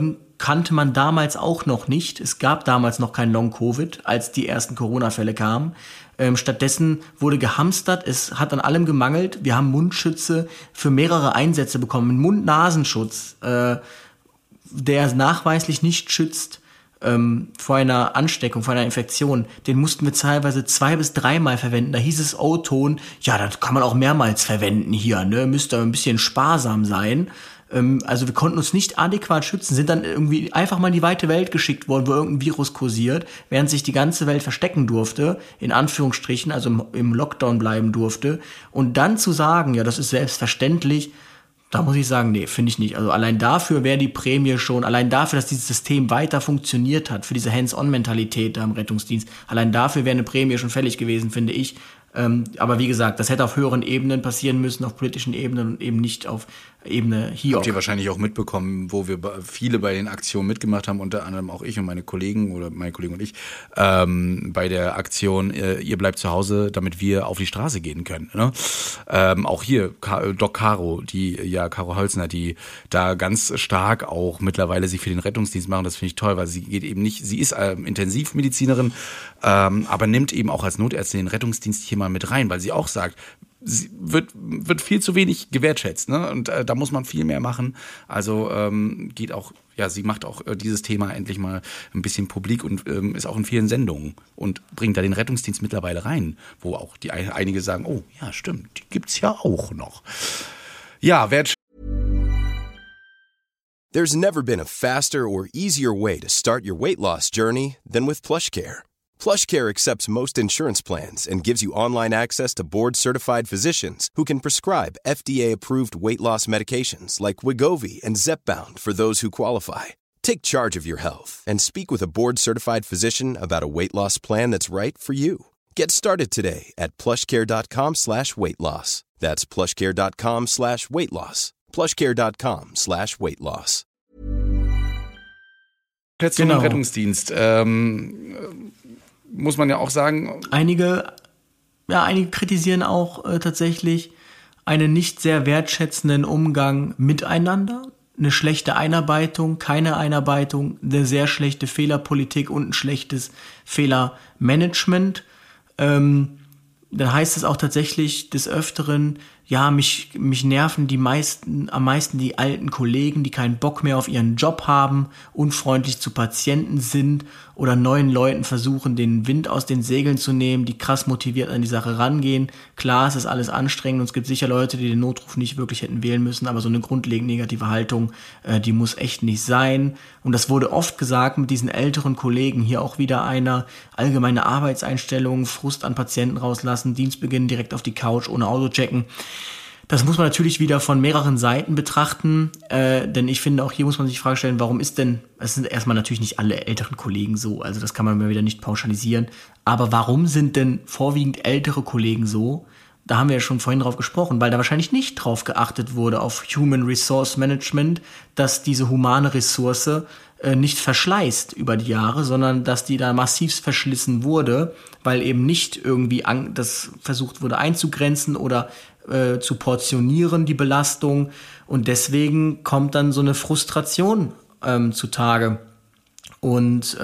kannte man damals auch noch nicht. Es gab damals noch kein Long-Covid, als die ersten Corona-Fälle kamen. Stattdessen wurde gehamstert, es hat an allem gemangelt. Wir haben Mundschütze für mehrere Einsätze bekommen. Mund-Nasenschutz, der nachweislich nicht schützt vor einer Ansteckung, vor einer Infektion. Den mussten wir teilweise 2 bis 3 Mal verwenden. Da hieß es O-Ton, ja, das kann man auch mehrmals verwenden hier, ne? Müsste ein bisschen sparsam sein. Also wir konnten uns nicht adäquat schützen, sind dann irgendwie einfach mal in die weite Welt geschickt worden, wo irgendein Virus kursiert, während sich die ganze Welt verstecken durfte, in Anführungsstrichen, also im Lockdown bleiben durfte. Und dann zu sagen, ja, das ist selbstverständlich, da muss ich sagen, nee, finde ich nicht. Also allein dafür wäre die Prämie schon, allein dafür, dass dieses System weiter funktioniert hat, für diese Hands-on-Mentalität da im Rettungsdienst, allein dafür wäre eine Prämie schon fällig gewesen, finde ich. Aber wie gesagt, das hätte auf höheren Ebenen passieren müssen, auf politischen Ebenen und eben nicht auf Ebene hier. Habt ihr wahrscheinlich auch mitbekommen, wo wir viele bei den Aktionen mitgemacht haben, unter anderem auch ich und meine Kollegen oder meine Kollegen und ich, bei der Aktion Ihr bleibt zu Hause, damit wir auf die Straße gehen können. Ne? Auch hier Doc Caro, Caro Holzner, die da ganz stark auch mittlerweile sich für den Rettungsdienst machen, das finde ich toll, weil sie geht eben nicht, sie ist Intensivmedizinerin, aber nimmt eben auch als Notärztin den Rettungsdienst hier mal mit rein, weil sie auch sagt, sie wird viel zu wenig gewertschätzt, ne? Und da muss man viel mehr machen. Also geht auch, ja, sie macht auch dieses Thema endlich mal ein bisschen publik und ist auch in vielen Sendungen und bringt da den Rettungsdienst mittlerweile rein, wo auch einige sagen, oh ja, stimmt, die gibt's ja auch noch. Ja, There's never been a faster or easier way to start your weight loss journey than with PlushCare. PlushCare accepts most insurance plans and gives you online access to board-certified physicians who can prescribe FDA-approved weight loss medications like Wegovy and Zepbound for those who qualify. Take charge of your health and speak with a board-certified physician about a weight loss plan that's right for you. Get started today at plushcare.com/weightloss. That's plushcare.com/weightloss. plushcare.com/weightloss. Genau. Rettungsdienst. Muss man ja auch sagen. Einige kritisieren auch tatsächlich einen nicht sehr wertschätzenden Umgang miteinander, eine schlechte Einarbeitung, keine Einarbeitung, eine sehr schlechte Fehlerpolitik und ein schlechtes Fehlermanagement. Dann heißt es auch tatsächlich des Öfteren, ja, mich nerven am meisten die alten Kollegen, die keinen Bock mehr auf ihren Job haben, unfreundlich zu Patienten sind oder neuen Leuten versuchen, den Wind aus den Segeln zu nehmen, die krass motiviert an die Sache rangehen. Klar, es ist alles anstrengend und es gibt sicher Leute, die den Notruf nicht wirklich hätten wählen müssen, aber so eine grundlegend negative Haltung, die muss echt nicht sein. Und das wurde oft gesagt mit diesen älteren Kollegen, hier auch wieder einer, allgemeine Arbeitseinstellung, Frust an Patienten rauslassen, Dienstbeginn direkt auf die Couch ohne Autochecken. Das muss man natürlich wieder von mehreren Seiten betrachten, denn ich finde, auch hier muss man sich die Frage stellen, warum es sind erstmal natürlich nicht alle älteren Kollegen so, also das kann man mal wieder nicht pauschalisieren, aber warum sind denn vorwiegend ältere Kollegen so? Da haben wir ja schon vorhin drauf gesprochen, weil da wahrscheinlich nicht drauf geachtet wurde auf Human Resource Management, dass diese humane Ressource nicht verschleißt über die Jahre, sondern dass die da massivst verschlissen wurde, weil eben nicht irgendwie das versucht wurde einzugrenzen oder zu portionieren, die Belastung. Und deswegen kommt dann so eine Frustration zutage. Und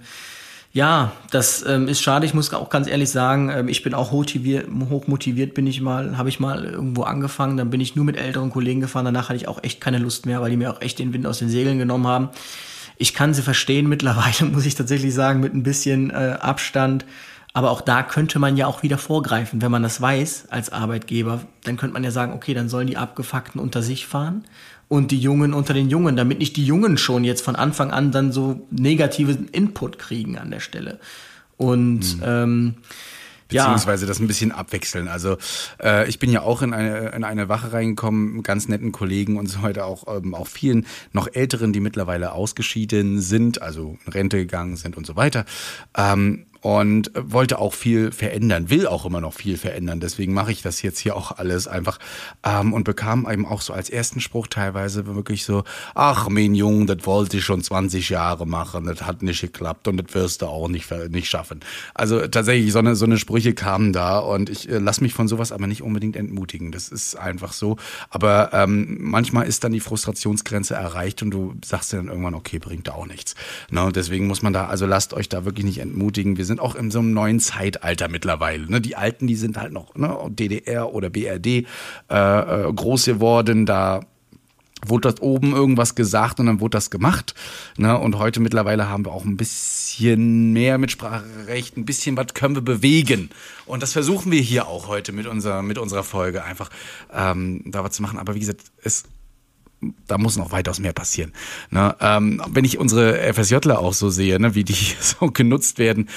das ist schade. Ich muss auch ganz ehrlich sagen, ich bin auch hochmotiviert habe ich mal irgendwo angefangen. Dann bin ich nur mit älteren Kollegen gefahren. Danach hatte ich auch echt keine Lust mehr, weil die mir auch echt den Wind aus den Segeln genommen haben. Ich kann sie verstehen mittlerweile, muss ich tatsächlich sagen, mit ein bisschen Abstand. Aber auch da könnte man ja auch wieder vorgreifen, wenn man das weiß als Arbeitgeber. Dann könnte man ja sagen, okay, dann sollen die Abgefuckten unter sich fahren und die Jungen unter den Jungen, damit nicht die Jungen schon jetzt von Anfang an dann so negativen Input kriegen an der Stelle. Und beziehungsweise das ein bisschen abwechseln. Also ich bin ja auch in eine Wache reingekommen, ganz netten Kollegen und so weiter, auch vielen noch Älteren, die mittlerweile ausgeschieden sind, also in Rente gegangen sind und so weiter. und wollte auch viel verändern, will auch immer noch viel verändern. Deswegen mache ich das jetzt hier auch alles einfach und bekam eben auch so als ersten Spruch teilweise wirklich so, ach mein Junge, das wollte ich schon 20 Jahre machen, das hat nicht geklappt und das wirst du auch nicht schaffen. Also tatsächlich, so eine Sprüche kamen da und ich lasse mich von sowas aber nicht unbedingt entmutigen. Das ist einfach so. Aber manchmal ist dann die Frustrationsgrenze erreicht und du sagst dir dann irgendwann, okay, bringt auch nichts. Ne? Deswegen muss man da, also lasst euch da wirklich nicht entmutigen. Wir sind auch in so einem neuen Zeitalter mittlerweile. Ne? Die Alten, die sind halt noch DDR oder BRD groß geworden, da wurde das oben irgendwas gesagt und dann wurde das gemacht. Ne? Und heute mittlerweile haben wir auch ein bisschen mehr Mitspracherecht, ein bisschen was können wir bewegen. Und das versuchen wir hier auch heute mit unserer Folge einfach da was zu machen. Aber wie gesagt, da muss noch weitaus mehr passieren. Ne? Wenn ich unsere FSJler auch so sehe, ne, wie die so genutzt werden,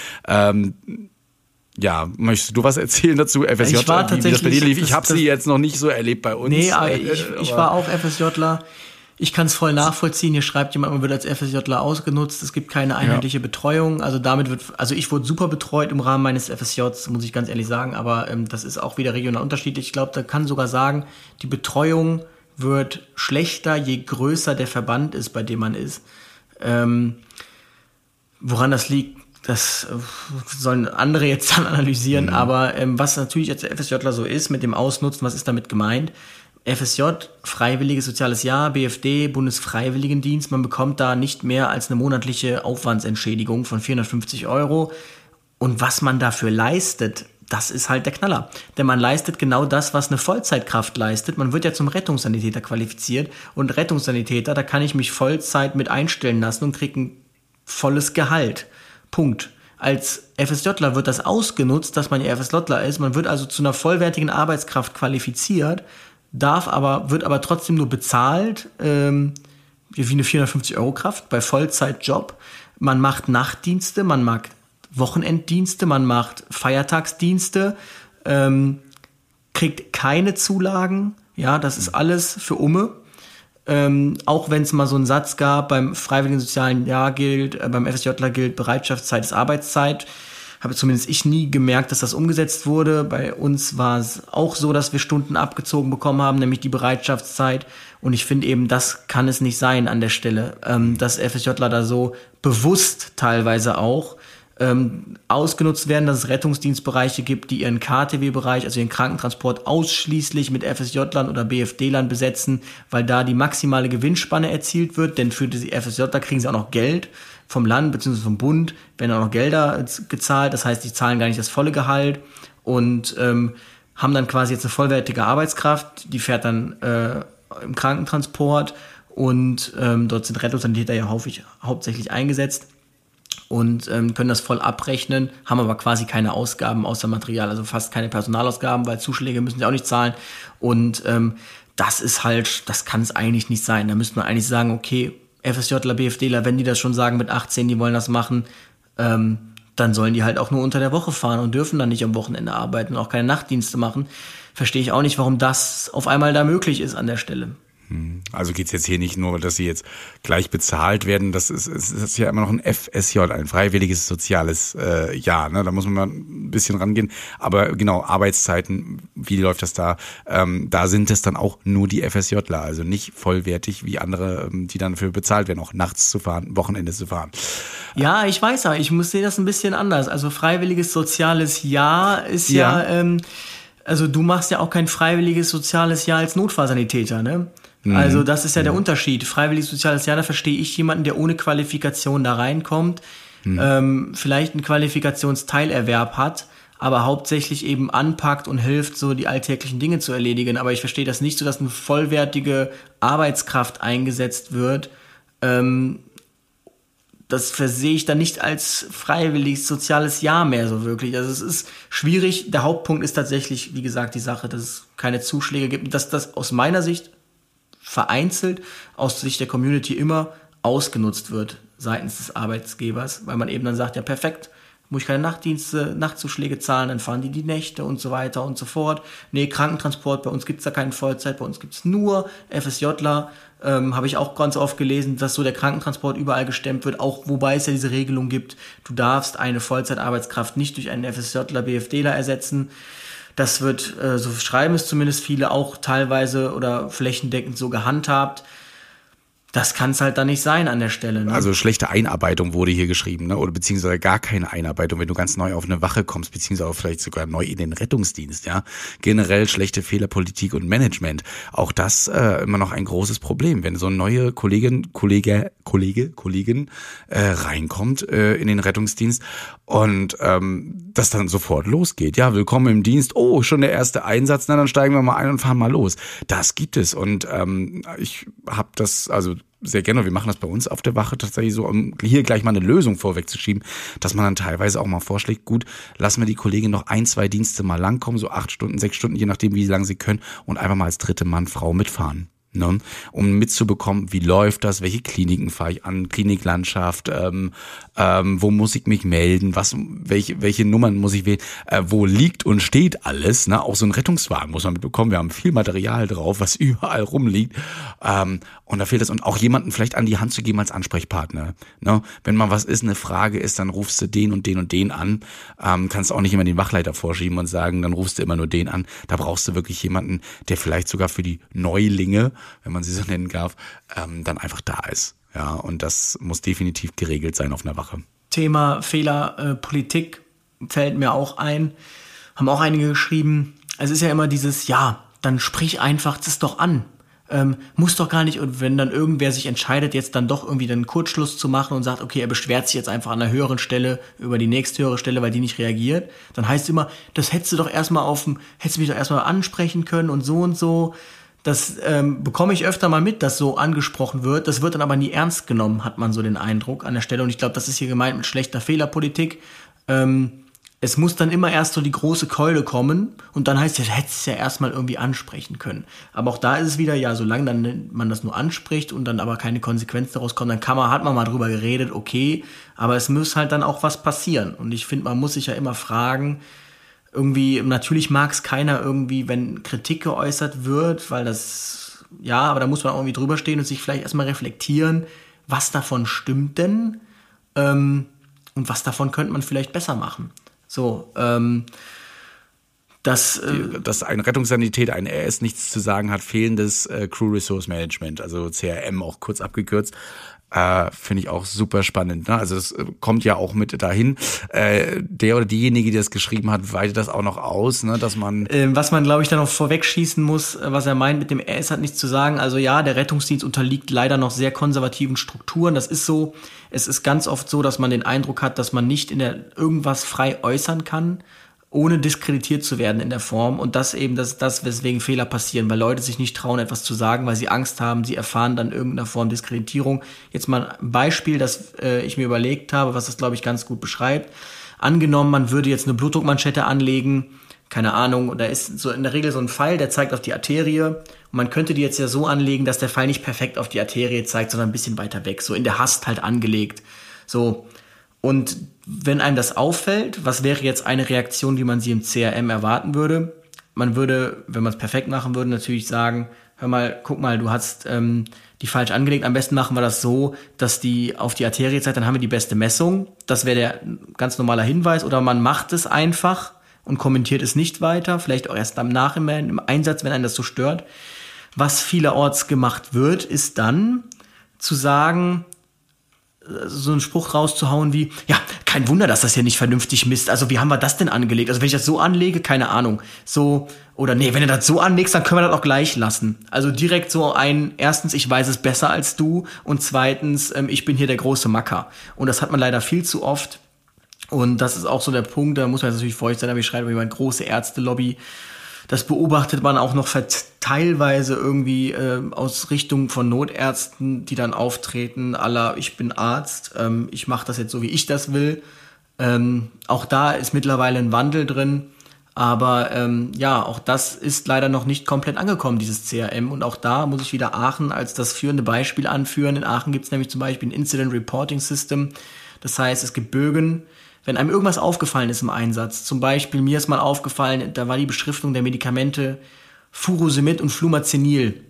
ja, möchtest du was erzählen dazu? FSJ, ich war tatsächlich, ich habe sie jetzt noch nicht so erlebt bei uns. Nee, ich war auch FSJler. Ich kann es voll nachvollziehen. Hier schreibt jemand, man wird als FSJler ausgenutzt. Es gibt keine einheitliche Betreuung. Also ich wurde super betreut im Rahmen meines FSJs, muss ich ganz ehrlich sagen. Aber das ist auch wieder regional unterschiedlich. Ich glaube, da kann sogar sagen, die Betreuung wird schlechter, je größer der Verband ist, bei dem man ist. Woran das liegt, das sollen andere jetzt dann analysieren, aber was natürlich als FSJler so ist mit dem Ausnutzen, was ist damit gemeint? FSJ, Freiwilliges Soziales Jahr, BFD, Bundesfreiwilligendienst, man bekommt da nicht mehr als eine monatliche Aufwandsentschädigung von 450 €. Und was man dafür leistet, das ist halt der Knaller. Denn man leistet genau das, was eine Vollzeitkraft leistet. Man wird ja zum Rettungssanitäter qualifiziert und Rettungssanitäter, da kann ich mich Vollzeit mit einstellen lassen und kriege ein volles Gehalt. Punkt. Als FSJler wird das ausgenutzt, dass man ja FSJler ist. Man wird also zu einer vollwertigen Arbeitskraft qualifiziert, wird aber trotzdem nur bezahlt, wie eine 450-€ bei Vollzeitjob. Man macht Nachtdienste, man macht Wochenenddienste, man macht Feiertagsdienste, kriegt keine Zulagen. Ja, das ist alles für Umme. Auch wenn es mal so einen Satz gab, beim Freiwilligen Sozialen Jahr gilt, beim FSJler gilt, Bereitschaftszeit ist Arbeitszeit. Habe zumindest ich nie gemerkt, dass das umgesetzt wurde. Bei uns war es auch so, dass wir Stunden abgezogen bekommen haben, nämlich die Bereitschaftszeit. Und ich finde eben, das kann es nicht sein an der Stelle, dass FSJler da so bewusst teilweise auch ausgenutzt werden, dass es Rettungsdienstbereiche gibt, die ihren KTW-Bereich, also ihren Krankentransport, ausschließlich mit FSJ-Lern oder BFD-Lern besetzen, weil da die maximale Gewinnspanne erzielt wird, denn für die FSJler kriegen sie auch noch Geld vom Land bzw. vom Bund, werden auch noch Gelder gezahlt, das heißt, die zahlen gar nicht das volle Gehalt und haben dann quasi jetzt eine vollwertige Arbeitskraft, die fährt dann im Krankentransport und dort sind Rettungssanitäter ja hauptsächlich eingesetzt. Und können das voll abrechnen, haben aber quasi keine Ausgaben außer Material, also fast keine Personalausgaben, weil Zuschläge müssen sie auch nicht zahlen. Und das ist halt, das kann es eigentlich nicht sein. Da müsste man eigentlich sagen, okay, FSJler, BFDler, wenn die das schon sagen mit 18, die wollen das machen, dann sollen die halt auch nur unter der Woche fahren und dürfen dann nicht am Wochenende arbeiten und auch keine Nachtdienste machen. Verstehe ich auch nicht, warum das auf einmal da möglich ist an der Stelle. Also geht's jetzt hier nicht nur, dass sie jetzt gleich bezahlt werden, das ist ja immer noch ein FSJ, ein freiwilliges soziales Jahr, ne? Da muss man mal ein bisschen rangehen, aber genau, Arbeitszeiten, wie läuft das da? Da sind es dann auch nur die FSJler, also nicht vollwertig wie andere, die dann dafür bezahlt werden, auch nachts zu fahren, Wochenende zu fahren. Ja, ich weiß ja, ich sehe das ein bisschen anders, also freiwilliges soziales Jahr ist ja also du machst ja auch kein freiwilliges soziales Jahr als Notfallsanitäter, ne? Also das ist ja der Unterschied. Freiwilliges soziales Jahr, da verstehe ich jemanden, der ohne Qualifikation da reinkommt, vielleicht einen Qualifikationsteilerwerb hat, aber hauptsächlich eben anpackt und hilft, so die alltäglichen Dinge zu erledigen. Aber ich verstehe das nicht so, dass eine vollwertige Arbeitskraft eingesetzt wird. Das versehe ich dann nicht als freiwilliges soziales Jahr mehr so wirklich. Also es ist schwierig. Der Hauptpunkt ist tatsächlich, wie gesagt, die Sache, dass es keine Zuschläge gibt. Dass das aus meiner Sicht vereinzelt aus Sicht der Community immer ausgenutzt wird seitens des Arbeitgebers, weil man eben dann sagt, ja perfekt, Muss ich keine Nachtzuschläge zahlen, dann fahren die Nächte und so weiter und so fort. Nee, Krankentransport, bei uns gibt's da keinen Vollzeit, bei uns gibt's nur FSJler. Habe ich auch ganz oft gelesen, dass so der Krankentransport überall gestemmt wird, auch wobei es ja diese Regelung gibt, du darfst eine Vollzeitarbeitskraft nicht durch einen FSJler, BFDler ersetzen. Das wird, so schreiben es zumindest viele, auch teilweise oder flächendeckend so gehandhabt. Das kann es halt dann nicht sein an der Stelle. Ne? Also schlechte Einarbeitung wurde hier geschrieben, ne? Oder beziehungsweise gar keine Einarbeitung, wenn du ganz neu auf eine Wache kommst, beziehungsweise vielleicht sogar neu in den Rettungsdienst, ja. Generell schlechte Fehlerpolitik und Management. Auch das immer noch ein großes Problem, wenn so eine neue Kollegin reinkommt in den Rettungsdienst und das dann sofort losgeht. Ja, willkommen im Dienst. Oh, schon der erste Einsatz, na dann steigen wir mal ein und fahren mal los. Das gibt es und ich habe das, also sehr gerne, wir machen das bei uns auf der Wache tatsächlich so, um hier gleich mal eine Lösung vorwegzuschieben, dass man dann teilweise auch mal vorschlägt, gut, lassen wir die Kollegin noch 1-2 Dienste mal langkommen, so 8 Stunden, 6 Stunden, je nachdem, wie lange sie können und einfach mal als dritte Mann, Frau mitfahren. Ne, um mitzubekommen, wie läuft das, welche Kliniken fahre ich an, Kliniklandschaft, wo muss ich mich melden, welche Nummern muss ich wählen, wo liegt und steht alles, ne? Auch so ein Rettungswagen muss man mitbekommen, wir haben viel Material drauf, was überall rumliegt, und da fehlt es, und auch jemanden vielleicht an die Hand zu geben als Ansprechpartner, ne? Wenn mal was ist, eine Frage ist, dann rufst du den und den und den an, kannst auch nicht immer den Wachleiter vorschieben und sagen, dann rufst du immer nur den an, da brauchst du wirklich jemanden, der vielleicht sogar für die Neulinge, wenn man sie so nennen darf, dann einfach da ist. Ja, und das muss definitiv geregelt sein auf einer Wache. Thema Fehlerpolitik fällt mir auch ein. Haben auch einige geschrieben. Es ist ja immer dieses, ja, dann sprich einfach das doch an. Muss doch gar nicht, und wenn dann irgendwer sich entscheidet, jetzt dann doch irgendwie den Kurzschluss zu machen und sagt, okay, er beschwert sich jetzt einfach an einer höheren Stelle über die nächsthöhere Stelle, weil die nicht reagiert, dann heißt es immer, das hättest du mich doch erstmal ansprechen können und so und so. Das bekomme ich öfter mal mit, dass so angesprochen wird. Das wird dann aber nie ernst genommen, hat man so den Eindruck an der Stelle. Und ich glaube, das ist hier gemeint mit schlechter Fehlerpolitik. Es muss dann immer erst so die große Keule kommen und dann heißt es, hättest es ja erstmal irgendwie ansprechen können. Aber auch da ist es wieder, ja, solange dann man das nur anspricht und dann aber keine Konsequenz daraus kommt, dann hat man mal drüber geredet, okay, aber es muss halt dann auch was passieren. Und ich finde, man muss sich ja immer fragen, irgendwie, natürlich mag es keiner irgendwie, wenn Kritik geäußert wird, weil das, ja, aber da muss man auch irgendwie drüber stehen und sich vielleicht erstmal reflektieren, was davon stimmt denn und was davon könnte man vielleicht besser machen. So, dass ein Rettungssanitäter, ein RS nichts zu sagen hat, fehlendes Crew Resource Management, also CRM auch kurz abgekürzt. Finde ich auch super spannend. Ne? Also es kommt ja auch mit dahin. Der oder diejenige, die das geschrieben hat, weitet das auch noch aus, ne? Dass man... was man, glaube ich, dann noch vorwegschießen muss, was er meint mit dem RS hat nichts zu sagen. Also ja, der Rettungsdienst unterliegt leider noch sehr konservativen Strukturen. Das ist so. Es ist ganz oft so, dass man den Eindruck hat, dass man nicht irgendwas frei äußern kann, ohne diskreditiert zu werden in der Form, und das eben das weswegen Fehler passieren, weil Leute sich nicht trauen, etwas zu sagen, weil sie Angst haben, sie erfahren dann irgendeiner Form Diskreditierung. Jetzt mal ein Beispiel, das ich mir überlegt habe, was das, glaube ich, ganz gut beschreibt. Angenommen, man würde jetzt eine Blutdruckmanschette anlegen, keine Ahnung, und da ist so in der Regel so ein Pfeil, der zeigt auf die Arterie, und man könnte die jetzt ja so anlegen, dass der Pfeil nicht perfekt auf die Arterie zeigt, sondern ein bisschen weiter weg, so in der Hast halt angelegt. So. Und wenn einem das auffällt, was wäre jetzt eine Reaktion, wie man sie im CRM erwarten würde? Man würde, wenn man es perfekt machen würde, natürlich sagen, hör mal, guck mal, du hast die falsch angelegt. Am besten machen wir das so, dass die auf die Arterie zeigt, dann haben wir die beste Messung. Das wäre der ganz normaler Hinweis. Oder man macht es einfach und kommentiert es nicht weiter. Vielleicht auch erst im Nachhinein, im Einsatz, wenn einen das so stört. Was vielerorts gemacht wird, ist dann zu sagen, so einen Spruch rauszuhauen wie, ja, kein Wunder, dass das hier nicht vernünftig misst. Also wie haben wir das denn angelegt? Also wenn ich das so anlege, keine Ahnung. So, oder nee, wenn du das so anlegst, dann können wir das auch gleich lassen. Also direkt so erstens, ich weiß es besser als du, und zweitens, ich bin hier der große Macker. Und das hat man leider viel zu oft. Und das ist auch so der Punkt, da muss man jetzt natürlich feucht sein, aber ich schreibe über eine große Ärztelobby. Das beobachtet man auch noch teilweise irgendwie aus Richtung von Notärzten, die dann auftreten, à la, ich bin Arzt, ich mache das jetzt so, wie ich das will. Auch da ist mittlerweile ein Wandel drin, aber ja, auch das ist leider noch nicht komplett angekommen, dieses CRM. Und auch da muss ich wieder Aachen als das führende Beispiel anführen. In Aachen gibt es nämlich zum Beispiel ein Incident Reporting System. Das heißt, es gibt Bögen. Wenn einem irgendwas aufgefallen ist im Einsatz, zum Beispiel mir ist mal aufgefallen, da war die Beschriftung der Medikamente Furosemid und Flumazenil.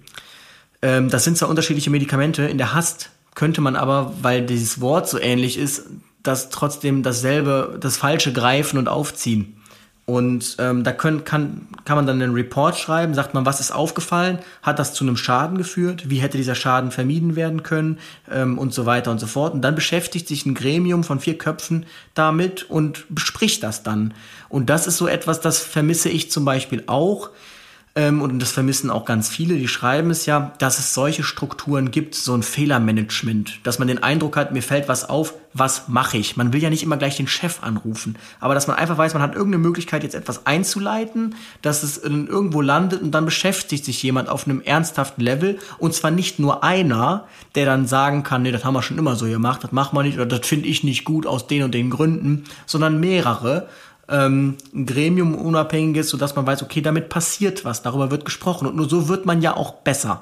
Das sind zwar unterschiedliche Medikamente, in der Hast könnte man aber, weil dieses Wort so ähnlich ist, das trotzdem das Falsche greifen und aufziehen. Und da kann man dann einen Report schreiben, sagt man, was ist aufgefallen, hat das zu einem Schaden geführt, wie hätte dieser Schaden vermieden werden können und so weiter und so fort. Und dann beschäftigt sich ein Gremium von 4 Köpfen damit und bespricht das dann. Und das ist so etwas, das vermisse ich zum Beispiel auch. Und das vermissen auch ganz viele, die schreiben es ja, dass es solche Strukturen gibt, so ein Fehlermanagement, dass man den Eindruck hat, mir fällt was auf, was mache ich? Man will ja nicht immer gleich den Chef anrufen, aber dass man einfach weiß, man hat irgendeine Möglichkeit, jetzt etwas einzuleiten, dass es irgendwo landet und dann beschäftigt sich jemand auf einem ernsthaften Level und zwar nicht nur einer, der dann sagen kann, nee, das haben wir schon immer so gemacht, das machen wir nicht oder das finde ich nicht gut aus den und den Gründen, sondern mehrere, ein Gremium unabhängiges, sodass man weiß, okay, damit passiert was, darüber wird gesprochen und nur so wird man ja auch besser.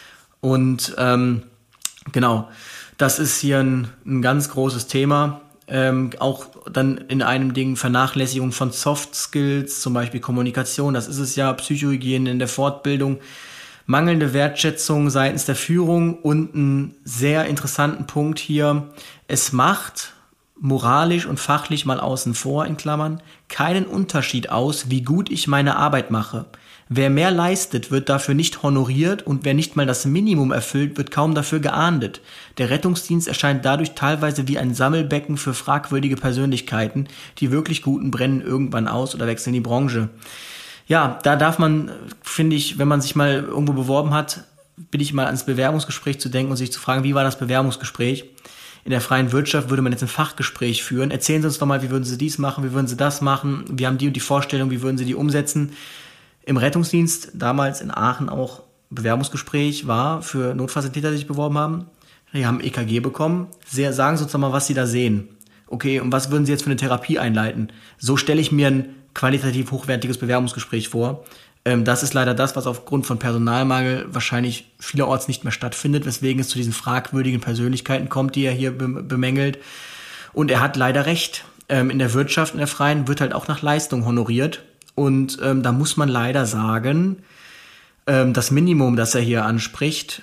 Und genau, das ist hier ein ganz großes Thema. Auch dann in einem Ding Vernachlässigung von Soft Skills, zum Beispiel Kommunikation, das ist es ja, Psychohygiene in der Fortbildung, mangelnde Wertschätzung seitens der Führung und einen sehr interessanten Punkt hier, es macht moralisch und fachlich mal außen vor, in Klammern, keinen Unterschied aus, wie gut ich meine Arbeit mache. Wer mehr leistet, wird dafür nicht honoriert und wer nicht mal das Minimum erfüllt, wird kaum dafür geahndet. Der Rettungsdienst erscheint dadurch teilweise wie ein Sammelbecken für fragwürdige Persönlichkeiten. Die wirklich Guten brennen irgendwann aus oder wechseln die Branche. Ja, da darf man, finde ich, wenn man sich mal irgendwo beworben hat, bitte ich mal ans Bewerbungsgespräch zu denken und sich zu fragen, wie war das Bewerbungsgespräch? In der freien Wirtschaft würde man jetzt ein Fachgespräch führen. Erzählen Sie uns doch mal, wie würden Sie dies machen, wie würden Sie das machen? Wir haben die und die Vorstellung, wie würden Sie die umsetzen? Im Rettungsdienst, damals in Aachen auch Bewerbungsgespräch war für Notfallsanitäter, die sich beworben haben. Die haben EKG bekommen. Sagen Sie uns doch mal, was Sie da sehen. Okay, und was würden Sie jetzt für eine Therapie einleiten? So stelle ich mir ein qualitativ hochwertiges Bewerbungsgespräch vor. Das ist leider das, was aufgrund von Personalmangel wahrscheinlich vielerorts nicht mehr stattfindet, weswegen es zu diesen fragwürdigen Persönlichkeiten kommt, die er hier bemängelt. Und er hat leider recht. In der Wirtschaft, in der Freien, wird halt auch nach Leistung honoriert. Und da muss man leider sagen, das Minimum, das er hier anspricht,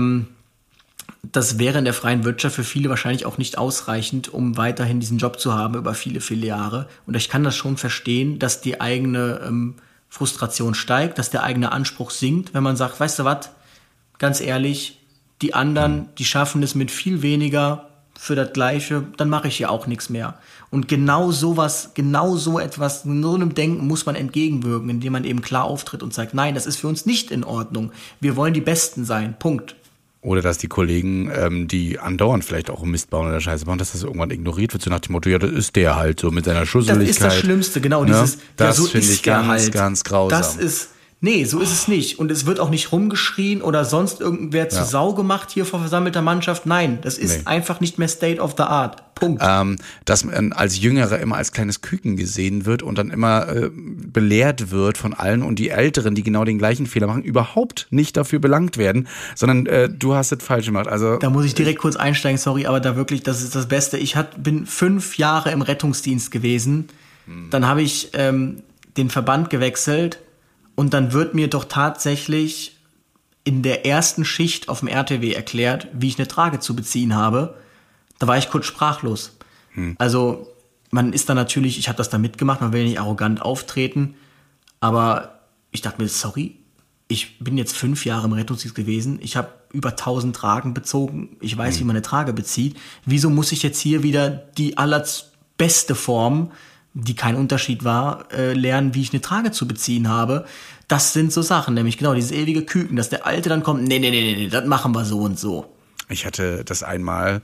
das wäre in der freien Wirtschaft für viele wahrscheinlich auch nicht ausreichend, um weiterhin diesen Job zu haben über viele, viele Jahre. Und ich kann das schon verstehen, dass die eigene Frustration steigt, dass der eigene Anspruch sinkt, wenn man sagt, weißt du was, ganz ehrlich, die anderen, die schaffen es mit viel weniger für das Gleiche, dann mache ich ja auch nichts mehr. Und genau so etwas, so einem Denken muss man entgegenwirken, indem man eben klar auftritt und sagt, nein, das ist für uns nicht in Ordnung. Wir wollen die Besten sein, Punkt. Oder dass die Kollegen, die andauernd vielleicht auch Mist bauen oder Scheiße machen, dass das irgendwann ignoriert wird, so nach dem Motto, ja, das ist der halt so mit seiner Schusseligkeit. Das ist das Schlimmste, genau. Ne? Dieses, das so finde ich ganz grausam. Nee, so ist es nicht. Und es wird auch nicht rumgeschrien oder sonst irgendwer zur Sau gemacht hier vor versammelter Mannschaft. Nein, das ist einfach nicht mehr State of the Art. Punkt. Dass man als Jüngerer immer als kleines Küken gesehen wird und dann immer belehrt wird von allen und die Älteren, die genau den gleichen Fehler machen, überhaupt nicht dafür belangt werden, sondern du hast es falsch gemacht. Also da muss ich direkt kurz einsteigen, sorry, aber da wirklich, das ist das Beste. Ich bin 5 Jahre im Rettungsdienst gewesen. Dann habe ich den Verband gewechselt. Und dann wird mir doch tatsächlich in der ersten Schicht auf dem RTW erklärt, wie ich eine Trage zu beziehen habe. Da war ich kurz sprachlos. Also man ist da natürlich, ich habe das da mitgemacht, man will nicht arrogant auftreten, aber ich dachte mir, sorry, ich bin jetzt 5 Jahre im Rettungsdienst gewesen, ich habe über 1000 Tragen bezogen, ich weiß, wie man eine Trage bezieht. Wieso muss ich jetzt hier wieder die allerbeste Form, die kein Unterschied war, lernen, wie ich eine Trage zu beziehen habe? Das sind so Sachen, nämlich genau dieses ewige Küken, dass der Alte dann kommt, nee, das machen wir so und so. Ich hatte das einmal,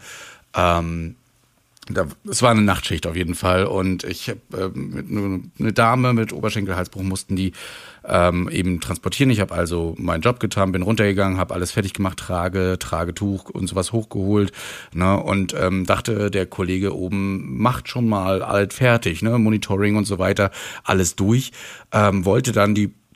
es war eine Nachtschicht auf jeden Fall und ich habe eine Dame mit Oberschenkelhalsbruch mussten die eben transportieren. Ich habe also meinen Job getan, bin runtergegangen, habe alles fertig gemacht, Tragetuch und sowas hochgeholt, ne, und dachte, der Kollege oben macht schon mal alles fertig, ne, Monitoring und so weiter, alles durch, wollte dann die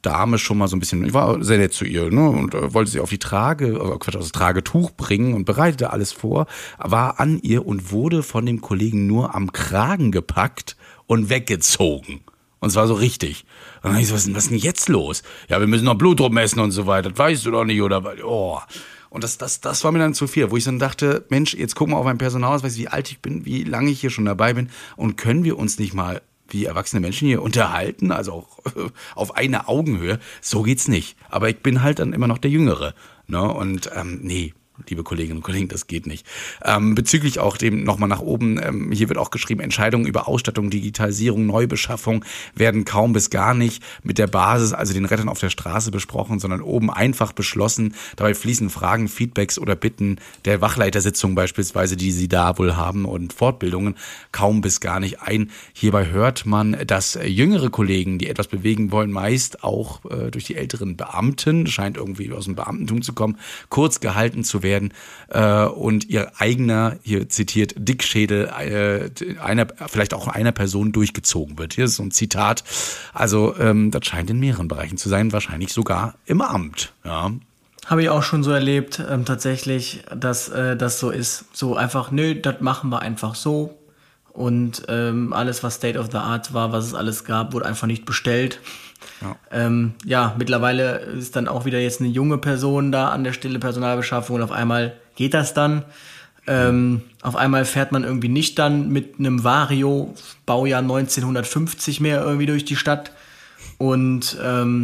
Dame schon mal so ein bisschen, ich war sehr nett zu ihr, ne, und wollte sie auf die das Tragetuch bringen und bereitete alles vor, war an ihr und wurde von dem Kollegen nur am Kragen gepackt und weggezogen. Und zwar so richtig. Und dann hab ich so, was ist denn jetzt los? Ja, wir müssen noch Blutdruck messen und so weiter, das weißt du doch nicht, oder, oh. Und das war mir dann zu viel, wo ich dann dachte, Mensch, jetzt guck mal auf mein Personalausweis, wie alt ich bin, wie lange ich hier schon dabei bin und können wir uns nicht mal wie erwachsene Menschen hier unterhalten, also auch auf einer Augenhöhe. So geht's nicht. Aber ich bin halt dann immer noch der Jüngere. Ne? Und nee, liebe Kolleginnen und Kollegen, das geht nicht. Bezüglich auch dem nochmal nach oben, hier wird auch geschrieben, Entscheidungen über Ausstattung, Digitalisierung, Neubeschaffung werden kaum bis gar nicht mit der Basis, also den Rettern auf der Straße besprochen, sondern oben einfach beschlossen. Dabei fließen Fragen, Feedbacks oder Bitten der Wachleitersitzung beispielsweise, die sie da wohl haben und Fortbildungen kaum bis gar nicht ein. Hierbei hört man, dass jüngere Kollegen, die etwas bewegen wollen, meist auch durch die älteren Beamten, scheint irgendwie aus dem Beamtentum zu kommen, kurz gehalten zu werden und ihr eigener, hier zitiert, Dickschädel vielleicht auch einer Person durchgezogen wird. Hier ist so ein Zitat. Also das scheint in mehreren Bereichen zu sein, wahrscheinlich sogar im Amt. Ja. Habe ich auch schon so erlebt, tatsächlich, dass das so ist. So einfach, nö, das machen wir einfach so. Und alles, was State of the Art war, was es alles gab, wurde einfach nicht bestellt. Ja. Mittlerweile ist dann auch wieder jetzt eine junge Person da an der Stelle Personalbeschaffung und auf einmal geht das dann. Auf einmal fährt man irgendwie nicht dann mit einem Vario, Baujahr 1950 mehr irgendwie durch die Stadt. Und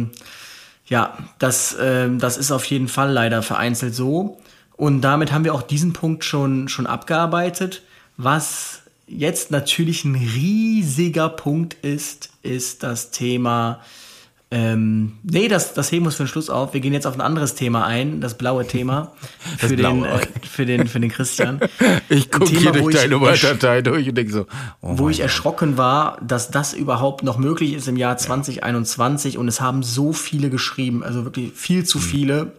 das ist auf jeden Fall leider vereinzelt so. Und damit haben wir auch diesen Punkt schon abgearbeitet. Was jetzt natürlich ein riesiger Punkt ist das Thema, das heben wir uns für den Schluss auf. Wir gehen jetzt auf ein anderes Thema ein, das blaue Thema für den Christian. Ich gucke hier durch deine Word-Datei durch und denke so, wo ich erschrocken war, dass das überhaupt noch möglich ist im Jahr 2021 und es haben so viele geschrieben, also wirklich viel zu viele,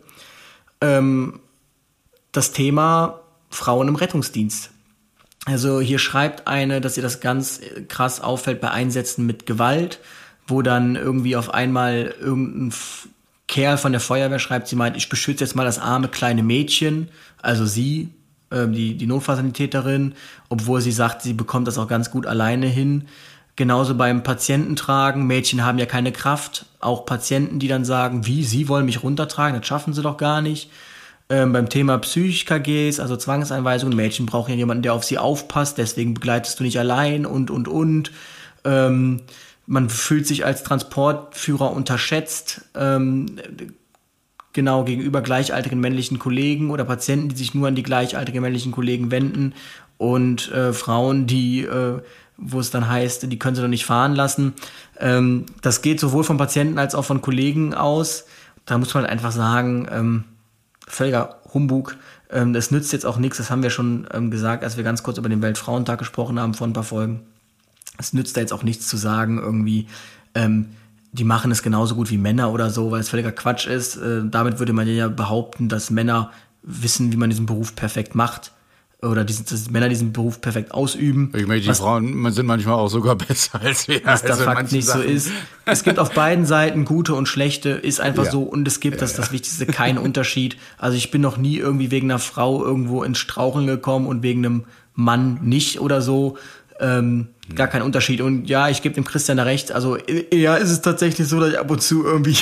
das Thema Frauen im Rettungsdienst. Also hier schreibt eine, dass ihr das ganz krass auffällt bei Einsätzen mit Gewalt, wo dann irgendwie auf einmal irgendein Kerl von der Feuerwehr schreibt, sie meint, ich beschütze jetzt mal das arme kleine Mädchen, also sie, die Notfallsanitäterin, obwohl sie sagt, sie bekommt das auch ganz gut alleine hin. Genauso beim Patiententragen, Mädchen haben ja keine Kraft, auch Patienten, die dann sagen, wie, sie wollen mich runtertragen, das schaffen sie doch gar nicht. Beim Thema Psych-KGs, also Zwangseinweisungen, Mädchen brauchen ja jemanden, der auf sie aufpasst, deswegen begleitest du nicht allein und. Man fühlt sich als Transportführer unterschätzt, genau gegenüber gleichaltrigen männlichen Kollegen oder Patienten, die sich nur an die gleichaltrigen männlichen Kollegen wenden und Frauen, die, wo es dann heißt, die können sie doch nicht fahren lassen. Das geht sowohl von Patienten als auch von Kollegen aus. Da muss man einfach sagen, völliger Humbug. Es nützt jetzt auch nichts, das haben wir schon gesagt, als wir ganz kurz über den Weltfrauentag gesprochen haben vor ein paar Folgen. Es nützt da jetzt auch nichts zu sagen, irgendwie, die machen es genauso gut wie Männer oder so, weil es völliger Quatsch ist. Damit würde man ja behaupten, dass Männer wissen, wie man diesen Beruf perfekt macht. Oder dass Männer diesen Beruf perfekt ausüben. Ich meine, die Frauen sind manchmal auch sogar besser als wir. Was der Fakt nicht so ist. Es gibt auf beiden Seiten gute und schlechte, ist einfach so. Und es gibt, das ist das Wichtigste, keinen Unterschied. Also ich bin noch nie irgendwie wegen einer Frau irgendwo ins Straucheln gekommen und wegen einem Mann nicht oder so. Gar kein Unterschied. Und ja, ich gebe dem Christian da recht. Also eher ist es tatsächlich so, dass ich ab und zu irgendwie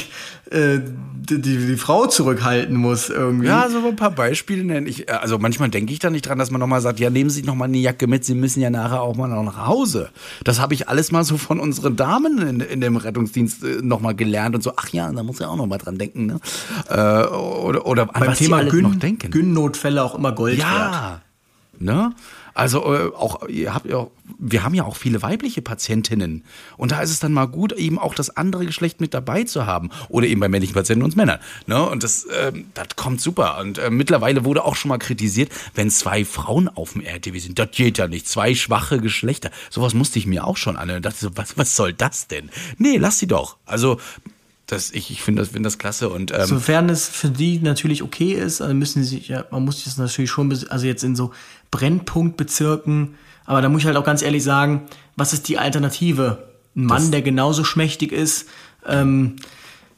die Frau zurückhalten muss. Irgendwie. Ja, so ein paar Beispiele nenne ich. Also manchmal denke ich da nicht dran, dass man nochmal sagt, ja, nehmen Sie noch mal eine Jacke mit, Sie müssen ja nachher auch mal noch nach Hause. Das habe ich alles mal so von unseren Damen in dem Rettungsdienst nochmal gelernt und so, ach ja, da muss ja auch noch mal dran denken. Ne? Oder beim was Thema Gyn-Notfälle auch immer Gold wert. Ja, ne? Also auch wir haben ja auch viele weibliche Patientinnen und da ist es dann mal gut, eben auch das andere Geschlecht mit dabei zu haben oder eben bei männlichen Patienten uns Männern. Ne? Und das kommt super. Und mittlerweile wurde auch schon mal kritisiert, wenn 2 Frauen auf dem RTW sind, das geht ja nicht. 2 schwache Geschlechter. Sowas musste ich mir auch schon an. Und dachte so, was soll das denn? Nee, lass sie doch. Also ich finde das klasse. Und sofern es für die natürlich okay ist, also man muss das natürlich schon, also jetzt in so Brennpunktbezirken, aber da muss ich halt auch ganz ehrlich sagen, was ist die Alternative? Ein Mann, der genauso schmächtig ist,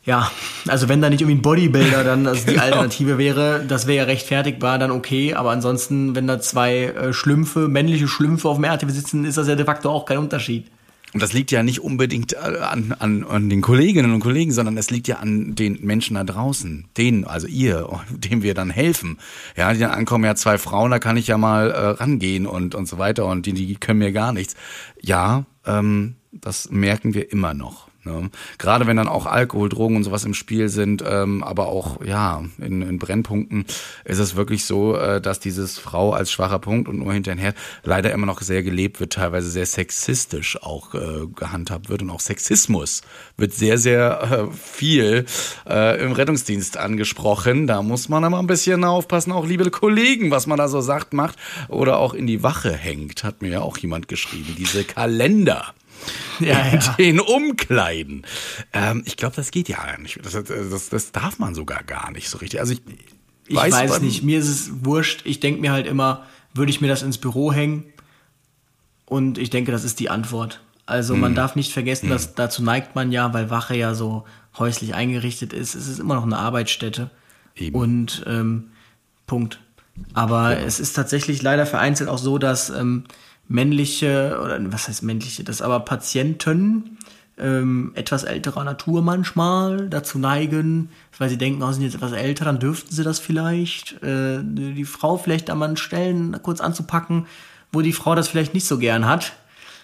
Ja, also wenn da nicht irgendwie ein Bodybuilder dann also die Alternative wäre, das wäre ja rechtfertigbar, dann okay, aber ansonsten, wenn da zwei männliche Schlümpfe auf dem RTW sitzen, ist das ja de facto auch kein Unterschied. Und das liegt ja nicht unbedingt an den Kolleginnen und Kollegen, sondern es liegt ja an den Menschen da draußen, denen, also ihr, dem wir dann helfen. Ja, die dann ankommen, ja, 2 Frauen, da kann ich ja mal rangehen und so weiter und die können mir gar nichts. Ja, das merken wir immer noch. Ne? Gerade wenn dann auch Alkohol, Drogen und sowas im Spiel sind, aber auch ja in Brennpunkten ist es wirklich so, dass dieses Frau als schwacher Punkt und nur hinterher leider immer noch sehr gelebt wird, teilweise sehr sexistisch auch gehandhabt wird und auch Sexismus wird sehr, sehr viel im Rettungsdienst angesprochen. Da muss man aber ein bisschen aufpassen, auch liebe Kollegen, was man da so sagt, macht oder auch in die Wache hängt, hat mir ja auch jemand geschrieben, diese Kalender. Ja. Den Umkleiden. Ich glaube, das geht ja nicht. Das darf man sogar gar nicht so richtig. Also ich weiß nicht. Mir ist es wurscht. Ich denke mir halt immer, würde ich mir das ins Büro hängen? Und ich denke, das ist die Antwort. Also man darf nicht vergessen, dass dazu neigt man ja, weil Wache ja so häuslich eingerichtet ist. Es ist immer noch eine Arbeitsstätte. Eben. Und Punkt. Aber es ist tatsächlich leider vereinzelt auch so, dass männliche, oder was heißt männliche, dass aber Patienten etwas älterer Natur manchmal dazu neigen, weil sie denken, sie sind jetzt etwas älter, dann dürften sie das vielleicht, die Frau vielleicht an manchen Stellen kurz anzupacken, wo die Frau das vielleicht nicht so gern hat.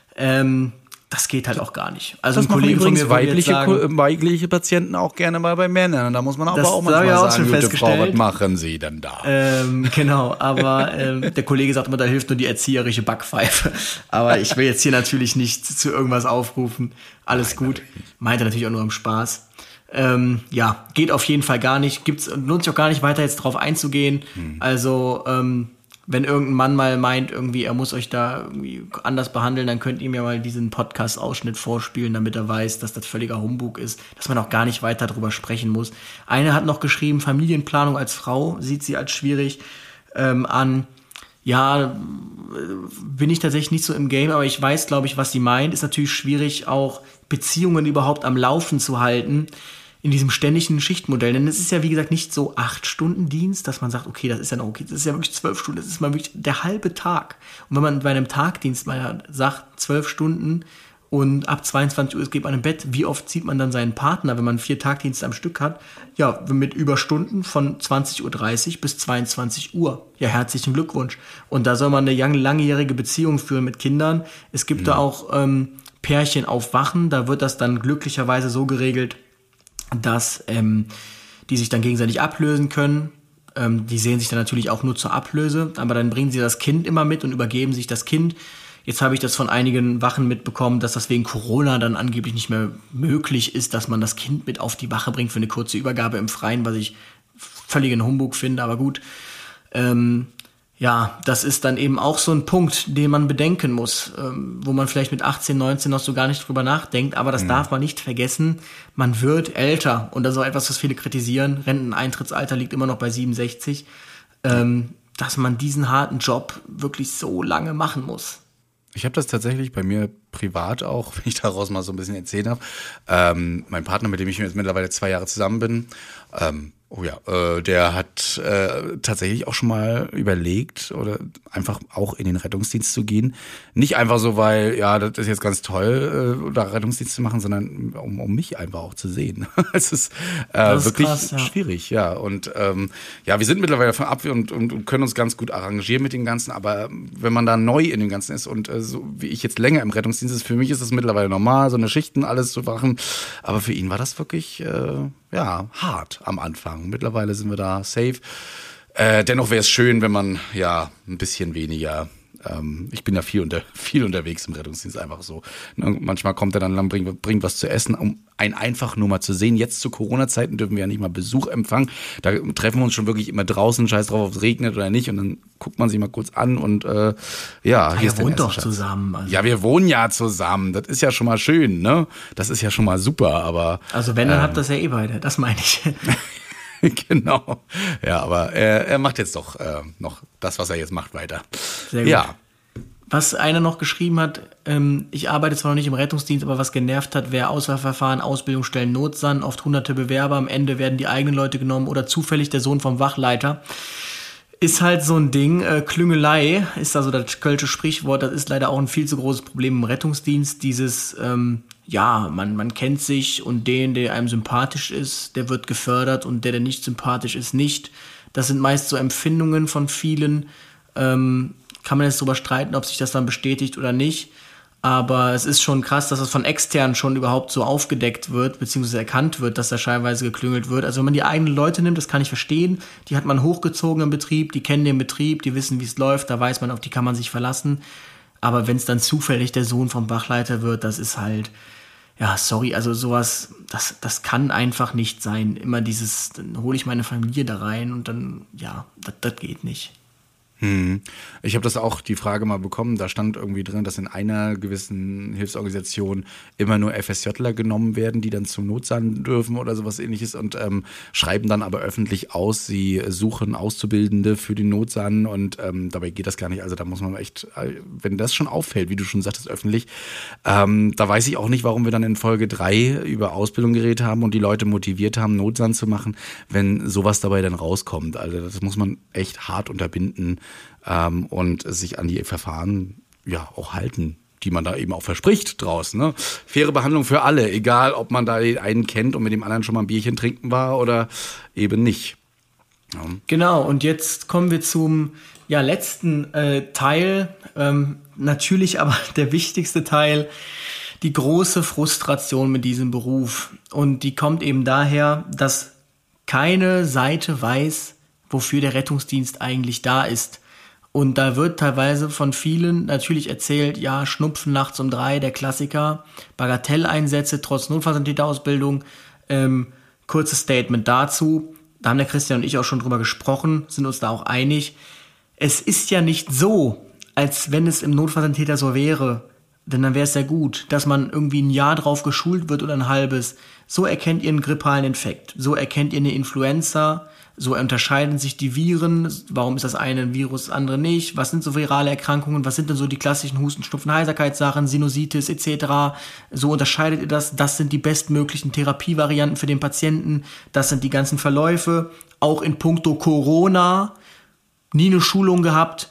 Das geht halt auch gar nicht. Also das ein Kollege von mir weibliche Patienten auch gerne mal bei Männern. Da muss man aber auch manchmal sagen, gute Frau, was machen Sie denn da? Genau, aber der Kollege sagt immer, da hilft nur die erzieherische Backpfeife. Aber ich will jetzt hier natürlich nicht zu irgendwas aufrufen. Alles gut. Meint er natürlich auch nur im Spaß. Ja, geht auf jeden Fall gar nicht. Lohnt sich auch gar nicht weiter jetzt drauf einzugehen. Also, wenn irgendein Mann mal meint, irgendwie, er muss euch da irgendwie anders behandeln, dann könnt ihr mir mal diesen Podcast-Ausschnitt vorspielen, damit er weiß, dass das völliger Humbug ist, dass man auch gar nicht weiter drüber sprechen muss. Eine hat noch geschrieben, Familienplanung als Frau sieht sie als schwierig an. Ja, bin ich tatsächlich nicht so im Game, aber ich weiß, glaube ich, was sie meint. Ist natürlich schwierig, auch Beziehungen überhaupt am Laufen zu halten in diesem ständigen Schichtmodell. Denn es ist ja, wie gesagt, nicht so 8-Stunden-Dienst, dass man sagt, okay, das ist ja noch okay, das ist ja wirklich 12 Stunden, das ist mal wirklich der halbe Tag. Und wenn man bei einem Tagdienst mal sagt, 12 Stunden und ab 22 Uhr geht man im Bett, wie oft sieht man dann seinen Partner, wenn man 4 Tagdienste am Stück hat? Ja, mit Überstunden von 20.30 Uhr bis 22 Uhr. Ja, herzlichen Glückwunsch. Und da soll man eine langjährige Beziehung führen mit Kindern. Es gibt da auch Pärchen auf Wachen, da wird das dann glücklicherweise so geregelt, dass die sich dann gegenseitig ablösen können. Die sehen sich dann natürlich auch nur zur Ablöse, aber dann bringen sie das Kind immer mit und übergeben sich das Kind. Jetzt habe ich das von einigen Wachen mitbekommen, dass das wegen Corona dann angeblich nicht mehr möglich ist, dass man das Kind mit auf die Wache bringt für eine kurze Übergabe im Freien, was ich völligen Humbug finde, aber gut. Ja, das ist dann eben auch so ein Punkt, den man bedenken muss, wo man vielleicht mit 18, 19 noch so gar nicht drüber nachdenkt, aber das darf man nicht vergessen, man wird älter und das ist auch etwas, was viele kritisieren, Renteneintrittsalter liegt immer noch bei 67, dass man diesen harten Job wirklich so lange machen muss. Ich habe das tatsächlich bei mir privat auch, wenn ich daraus mal so ein bisschen erzählt habe. Mein Partner, mit dem ich jetzt mittlerweile 2 Jahre zusammen bin, der hat tatsächlich auch schon mal überlegt oder einfach auch in den Rettungsdienst zu gehen. Nicht einfach so, weil, ja, das ist jetzt ganz toll, da Rettungsdienst zu machen, sondern um mich einfach auch zu sehen. Es ist wirklich krass, ja. Schwierig, ja. Und ja, wir sind mittlerweile davon ab und können uns ganz gut arrangieren mit dem Ganzen, aber wenn man da neu in dem Ganzen ist und so wie ich jetzt länger im Rettungsdienst ist, für mich ist das mittlerweile normal, so eine Schichten, alles zu machen. Aber für ihn war das wirklich hart am Anfang. Mittlerweile sind wir da safe. Dennoch wäre es schön, wenn man ja ein bisschen weniger. Ich bin ja viel unterwegs im Rettungsdienst, einfach so. Manchmal kommt er dann bringt was zu essen, um einen einfach nur mal zu sehen. Jetzt zu Corona-Zeiten dürfen wir ja nicht mal Besuch empfangen. Da treffen wir uns schon wirklich immer draußen, scheiß drauf, ob es regnet oder nicht. Und dann guckt man sich mal kurz an und hier ist der wohnt doch zusammen. Also. Ja, wir wohnen ja zusammen. Das ist ja schon mal schön, ne? Das ist ja schon mal super, aber... Also wenn, dann habt ihr das ja eh beide, das meine ich. Genau. Ja, aber er macht jetzt doch noch das, was er jetzt macht, weiter. Sehr gut. Ja. Was einer noch geschrieben hat, ich arbeite zwar noch nicht im Rettungsdienst, aber was genervt hat, wäre Auswahlverfahren, Ausbildungsstellen, Notsan, oft hunderte Bewerber, am Ende werden die eigenen Leute genommen oder zufällig der Sohn vom Wachleiter. Ist halt so ein Ding, Klüngelei ist da so das kölsche Sprichwort, das ist leider auch ein viel zu großes Problem im Rettungsdienst, dieses, man kennt sich und der einem sympathisch ist, der wird gefördert und der nicht sympathisch ist, nicht. Das sind meist so Empfindungen von vielen, kann man jetzt drüber streiten, ob sich das dann bestätigt oder nicht. Aber es ist schon krass, dass es von extern schon überhaupt so aufgedeckt wird, beziehungsweise erkannt wird, dass da scheinweise geklüngelt wird. Also wenn man die eigenen Leute nimmt, das kann ich verstehen. Die hat man hochgezogen im Betrieb, die kennen den Betrieb, die wissen, wie es läuft, da weiß man, auf die kann man sich verlassen. Aber wenn es dann zufällig der Sohn vom Wachleiter wird, das ist halt, ja, sorry, also sowas, das kann einfach nicht sein. Immer dieses, dann hole ich meine Familie da rein und dann, ja, das geht nicht. Ich habe das auch die Frage mal bekommen, da stand irgendwie drin, dass in einer gewissen Hilfsorganisation immer nur FSJler genommen werden, die dann zum Notsan dürfen oder sowas ähnliches und schreiben dann aber öffentlich aus, sie suchen Auszubildende für den Notsan und dabei geht das gar nicht. Also da muss man echt, wenn das schon auffällt, wie du schon sagtest, öffentlich, da weiß ich auch nicht, warum wir dann in Folge 3 über Ausbildung geredet haben und die Leute motiviert haben, Notsan zu machen, wenn sowas dabei dann rauskommt. Also das muss man echt hart unterbinden. Und sich an die Verfahren ja auch halten, die man da eben auch verspricht draußen. Ne? Faire Behandlung für alle, egal ob man da den einen kennt und mit dem anderen schon mal ein Bierchen trinken war oder eben nicht. Ja. Genau, und jetzt kommen wir zum letzten Teil, natürlich aber der wichtigste Teil, die große Frustration mit diesem Beruf. Und die kommt eben daher, dass keine Seite weiß, wofür der Rettungsdienst eigentlich da ist. Und da wird teilweise von vielen natürlich erzählt, ja, Schnupfen nachts um 3, der Klassiker, Bagatelleinsätze trotz Notfallsanitäterausbildung. Kurzes Statement dazu, da haben der Christian und ich auch schon drüber gesprochen, sind uns da auch einig. Es ist ja nicht so, als wenn es im Notfallsanitäter so wäre, denn dann wäre es ja gut, dass man irgendwie ein Jahr drauf geschult wird oder ein halbes. So erkennt ihr einen grippalen Infekt, so erkennt ihr eine Influenza, so unterscheiden sich die Viren, warum ist das eine ein Virus, das andere nicht, was sind so virale Erkrankungen, was sind denn so die klassischen Husten, Schnupfen, Heiserkeitssachen, Sinusitis etc. So unterscheidet ihr das, das sind die bestmöglichen Therapievarianten für den Patienten, das sind die ganzen Verläufe, auch in puncto Corona, nie eine Schulung gehabt,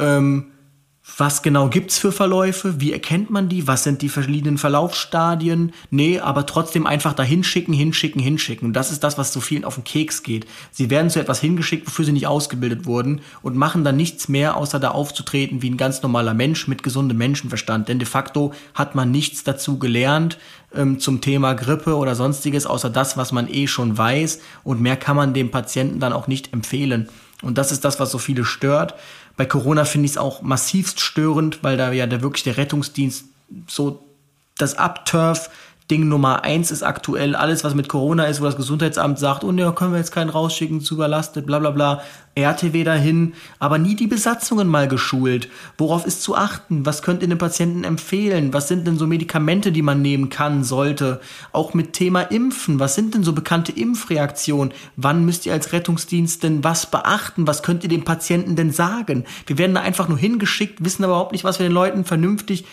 was genau gibt's für Verläufe? Wie erkennt man die? Was sind die verschiedenen Verlaufsstadien? Nee, aber trotzdem einfach da hinschicken. Und das ist das, was so vielen auf den Keks geht. Sie werden zu etwas hingeschickt, wofür sie nicht ausgebildet wurden und machen dann nichts mehr, außer da aufzutreten wie ein ganz normaler Mensch mit gesundem Menschenverstand. Denn de facto hat man nichts dazu gelernt zum Thema Grippe oder sonstiges, außer das, was man schon weiß. Und mehr kann man dem Patienten dann auch nicht empfehlen. Und das ist das, was so viele stört. Bei Corona finde ich es auch massivst störend, weil da ja wirklich der Rettungsdienst so das Abturf-Ding Nummer 1 ist aktuell. Alles, was mit Corona ist, wo das Gesundheitsamt sagt, oh ne, können wir jetzt keinen rausschicken, zu überlastet, bla bla bla. RTW dahin, aber nie die Besatzungen mal geschult. Worauf ist zu achten? Was könnt ihr den Patienten empfehlen? Was sind denn so Medikamente, die man nehmen kann, sollte? Auch mit Thema Impfen. Was sind denn so bekannte Impfreaktionen? Wann müsst ihr als Rettungsdienst denn was beachten? Was könnt ihr dem Patienten denn sagen? Wir werden da einfach nur hingeschickt, wissen aber überhaupt nicht, was wir den Leuten vernünftig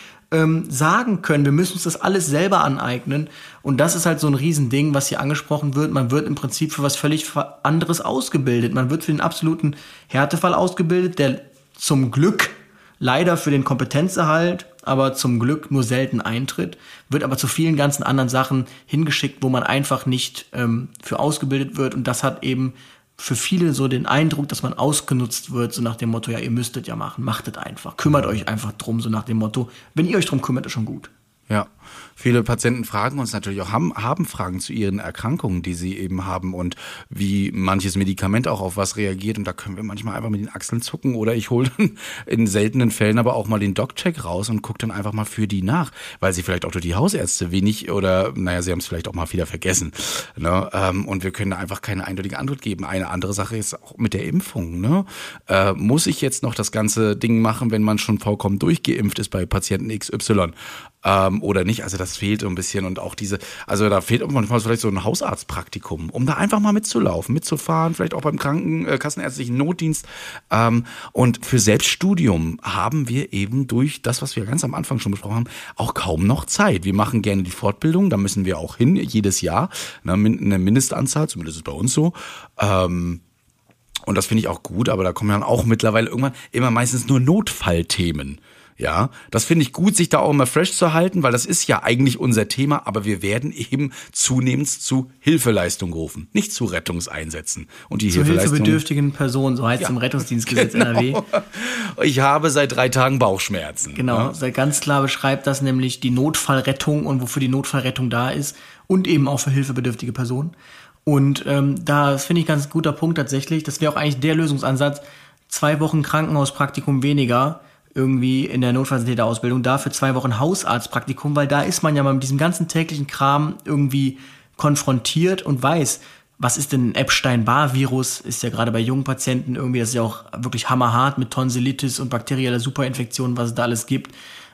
sagen können. Wir müssen uns das alles selber aneignen. Und das ist halt so ein Riesending, was hier angesprochen wird. Man wird im Prinzip für was völlig anderes ausgebildet. Man wird für den absoluten Härtefall ausgebildet, der zum Glück leider für den Kompetenzerhalt, aber zum Glück nur selten eintritt, wird aber zu vielen ganzen anderen Sachen hingeschickt, wo man einfach nicht für ausgebildet wird. Und das hat eben für viele so den Eindruck, dass man ausgenutzt wird, so nach dem Motto, ja, ihr müsstet ja machen, machtet einfach, kümmert euch einfach drum, so nach dem Motto, wenn ihr euch drum kümmert, ist schon gut. Ja, viele Patienten fragen uns natürlich auch, haben Fragen zu ihren Erkrankungen, die sie eben haben und wie manches Medikament auch auf was reagiert. Und da können wir manchmal einfach mit den Achseln zucken oder ich hole dann in seltenen Fällen aber auch mal den Doc-Check raus und gucke dann einfach mal für die nach, weil sie vielleicht auch durch die Hausärzte wenig oder, sie haben es vielleicht auch mal wieder vergessen. Ne? Und wir können da einfach keine eindeutige Antwort geben. Eine andere Sache ist auch mit der Impfung. Ne? Muss ich jetzt noch das ganze Ding machen, wenn man schon vollkommen durchgeimpft ist bei Patienten XY? Oder nicht? Also das fehlt so ein bisschen und auch also da fehlt manchmal vielleicht so ein Hausarztpraktikum, um da einfach mal mitzulaufen, mitzufahren, vielleicht auch beim kassenärztlichen Notdienst. Und für Selbststudium haben wir eben durch das, was wir ganz am Anfang schon besprochen haben, auch kaum noch Zeit. Wir machen gerne die Fortbildung, da müssen wir auch hin, jedes Jahr, eine Mindestanzahl, zumindest ist es bei uns so. Und das finde ich auch gut, aber da kommen dann auch mittlerweile irgendwann immer meistens nur Notfallthemen. Ja, das finde ich gut, sich da auch immer fresh zu halten, weil das ist ja eigentlich unser Thema, aber wir werden eben zunehmend zu Hilfeleistung gerufen, nicht zu Rettungseinsätzen. Und die zu Hilfeleistung, hilfebedürftigen Personen, so heißt es im Rettungsdienstgesetz NRW. Ich habe seit 3 Tagen Bauchschmerzen. Genau, sehr ganz klar beschreibt das nämlich die Notfallrettung und wofür die Notfallrettung da ist und eben auch für hilfebedürftige Personen. Und da finde ich ganz guter Punkt tatsächlich, das wäre auch eigentlich der Lösungsansatz, 2 Wochen Krankenhauspraktikum weniger, irgendwie in der Notfallsanitäterausbildung, dafür 2 Wochen Hausarztpraktikum, weil da ist man ja mal mit diesem ganzen täglichen Kram irgendwie konfrontiert und weiß, was ist denn ein Epstein-Barr-Virus, ist ja gerade bei jungen Patienten irgendwie, das ist ja auch wirklich hammerhart mit Tonsillitis und bakterieller Superinfektion, was es da alles gibt.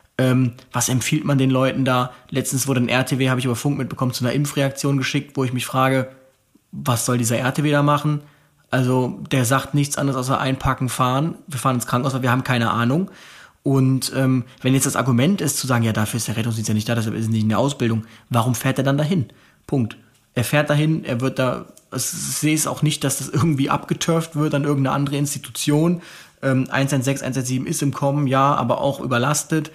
Was empfiehlt man den Leuten da? Letztens wurde ein RTW, habe ich über Funk mitbekommen, zu einer Impfreaktion geschickt, wo ich mich frage, was soll dieser RTW da machen? Also der sagt nichts anderes außer einpacken, fahren. Wir fahren ins Krankenhaus, weil wir haben keine Ahnung. Und wenn jetzt das Argument ist, zu sagen, ja, dafür ist der Rettungsdienst ja nicht da, deshalb ist er nicht in der Ausbildung, warum fährt er dann dahin? Punkt. Er fährt dahin, er wird da, ich sehe es auch nicht, dass das irgendwie abgeturft wird an irgendeine andere Institution. 116, 117 ist im Kommen, ja, aber auch überlastet.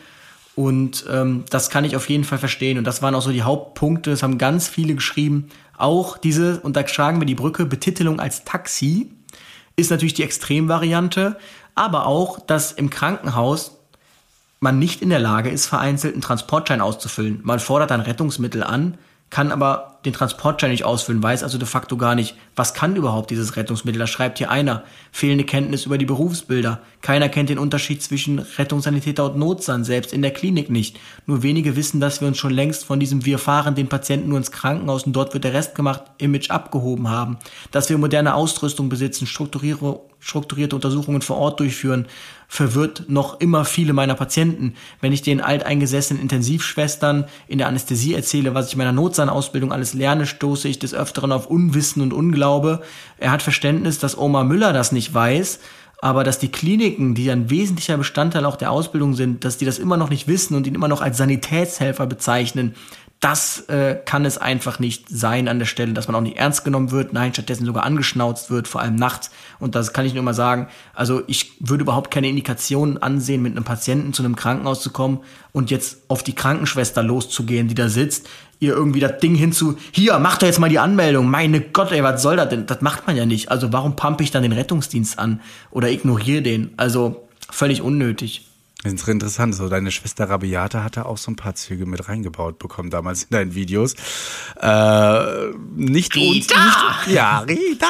Und das kann ich auf jeden Fall verstehen. Und das waren auch so die Hauptpunkte. Es haben ganz viele geschrieben. Auch diese, und da schlagen wir die Brücke, Betitelung als Taxi ist natürlich die Extremvariante. Aber auch, dass im Krankenhaus man nicht in der Lage ist, vereinzelt einen Transportschein auszufüllen. Man fordert ein Rettungsmittel an, kann aber den Transportschein nicht ausfüllen, weiß also de facto gar nicht, was kann überhaupt dieses Rettungsmittel. Da schreibt hier einer, fehlende Kenntnis über die Berufsbilder. Keiner kennt den Unterschied zwischen Rettungssanitäter und Notsan, selbst in der Klinik nicht. Nur wenige wissen, dass wir uns schon längst von diesem Wir fahren den Patienten nur ins Krankenhaus und dort wird der Rest gemacht, Image abgehoben haben. Dass wir moderne Ausrüstung besitzen, strukturierte Untersuchungen vor Ort durchführen, verwirrt noch immer viele meiner Patienten. Wenn ich den alteingesessenen Intensivschwestern in der Anästhesie erzähle, was ich in meiner Notsan-Ausbildung alles lerne, stoße ich des Öfteren auf Unwissen und Unglaube. Er hat Verständnis, dass Oma Müller das nicht weiß, aber dass die Kliniken, die ein wesentlicher Bestandteil auch der Ausbildung sind, dass die das immer noch nicht wissen und ihn immer noch als Sanitätshelfer bezeichnen, das kann es einfach nicht sein an der Stelle, dass man auch nicht ernst genommen wird, nein, stattdessen sogar angeschnauzt wird, vor allem nachts. Und das kann ich nur mal sagen, also ich würde überhaupt keine Indikationen ansehen, mit einem Patienten zu einem Krankenhaus zu kommen und jetzt auf die Krankenschwester loszugehen, die da sitzt, ihr irgendwie das Ding hier, mach doch jetzt mal die Anmeldung, meine Gott, ey, was soll das denn? Das macht man ja nicht. Also warum pumpe ich dann den Rettungsdienst an oder ignoriere den? Also völlig unnötig. Das ist interessant, so deine Schwester Rabiata hatte auch so ein paar Züge mit reingebaut bekommen damals in deinen Videos. Nicht Rita!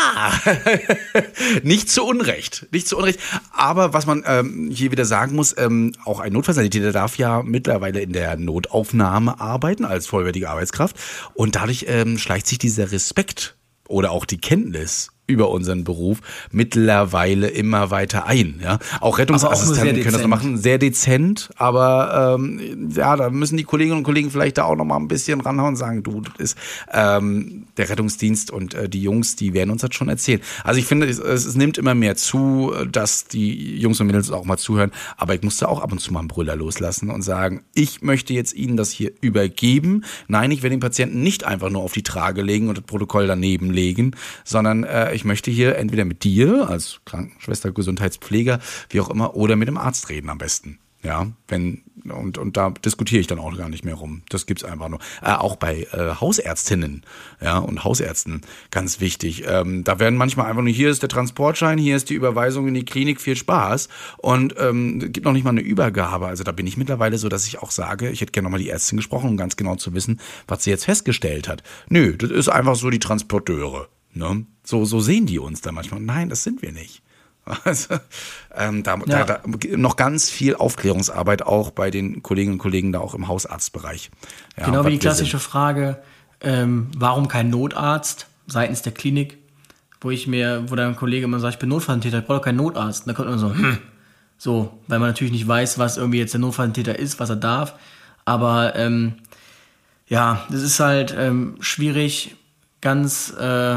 Nicht zu Unrecht. Aber was man hier wieder sagen muss, auch ein Notfallsanitäter darf ja mittlerweile in der Notaufnahme arbeiten als vollwertige Arbeitskraft und dadurch schleicht sich dieser Respekt oder auch die Kenntnis über unseren Beruf mittlerweile immer weiter ein. Ja? Auch Rettungsassistenten können das noch machen, sehr dezent, aber da müssen die Kolleginnen und Kollegen vielleicht da auch noch mal ein bisschen ranhauen und sagen, du, das ist der Rettungsdienst und die Jungs, die werden uns das schon erzählen. Also ich finde, es nimmt immer mehr zu, dass die Jungs und Mädels auch mal zuhören, aber ich musste auch ab und zu mal einen Brüller loslassen und sagen, ich möchte jetzt Ihnen das hier übergeben. Nein, ich werde den Patienten nicht einfach nur auf die Trage legen und das Protokoll daneben legen, sondern ich möchte hier entweder mit dir als Krankenschwester, Gesundheitspfleger, wie auch immer, oder mit dem Arzt reden am besten. Ja, und da diskutiere ich dann auch gar nicht mehr rum. Das gibt's einfach nur. Auch bei Hausärztinnen, ja, und Hausärzten ganz wichtig. Da werden manchmal einfach nur, hier ist der Transportschein, hier ist die Überweisung in die Klinik, viel Spaß. Und gibt noch nicht mal eine Übergabe. Also da bin ich mittlerweile so, dass ich auch sage, ich hätte gerne nochmal die Ärztin gesprochen, um ganz genau zu wissen, was sie jetzt festgestellt hat. Nö, das ist einfach so die Transporteure. Ne? So sehen die uns da manchmal. Nein, das sind wir nicht. Also, da noch ganz viel Aufklärungsarbeit auch bei den Kolleginnen und Kollegen da auch im Hausarztbereich. Ja, genau wie die klassische Frage, warum kein Notarzt seitens der Klinik, wo dann ein Kollege immer sagt, ich bin Notfallsanitäter, ich brauche doch keinen Notarzt. Und dann kommt man so, weil man natürlich nicht weiß, was irgendwie jetzt der Notfallsanitäter ist, was er darf. Aber Ja, das ist halt schwierig, ganz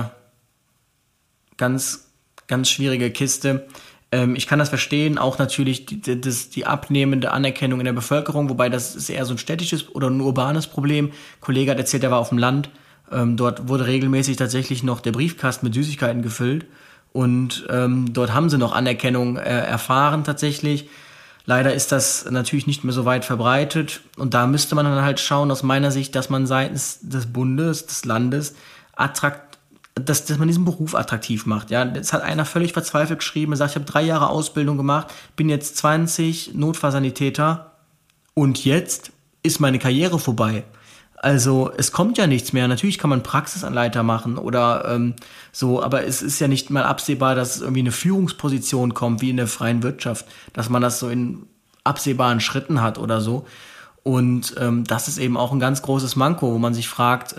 schwierige Kiste. Ich kann das verstehen, auch natürlich die abnehmende Anerkennung in der Bevölkerung, wobei das ist eher so ein städtisches oder ein urbanes Problem. Ein Kollege hat erzählt, der war auf dem Land. Dort wurde regelmäßig tatsächlich noch der Briefkasten mit Süßigkeiten gefüllt. Und dort haben sie noch Anerkennung erfahren tatsächlich. Leider ist das natürlich nicht mehr so weit verbreitet. Und da müsste man dann halt schauen, aus meiner Sicht, dass man seitens des Bundes, des Landes, dass man diesen Beruf attraktiv macht. Ja, das hat einer völlig verzweifelt geschrieben. Er sagt, ich habe 3 Jahre Ausbildung gemacht, bin jetzt 20 Notfallsanitäter und jetzt ist meine Karriere vorbei. Also es kommt ja nichts mehr. Natürlich kann man Praxisanleiter machen oder so, aber es ist ja nicht mal absehbar, dass es irgendwie eine Führungsposition kommt, wie in der freien Wirtschaft, dass man das so in absehbaren Schritten hat oder so. Und das ist eben auch ein ganz großes Manko, wo man sich fragt,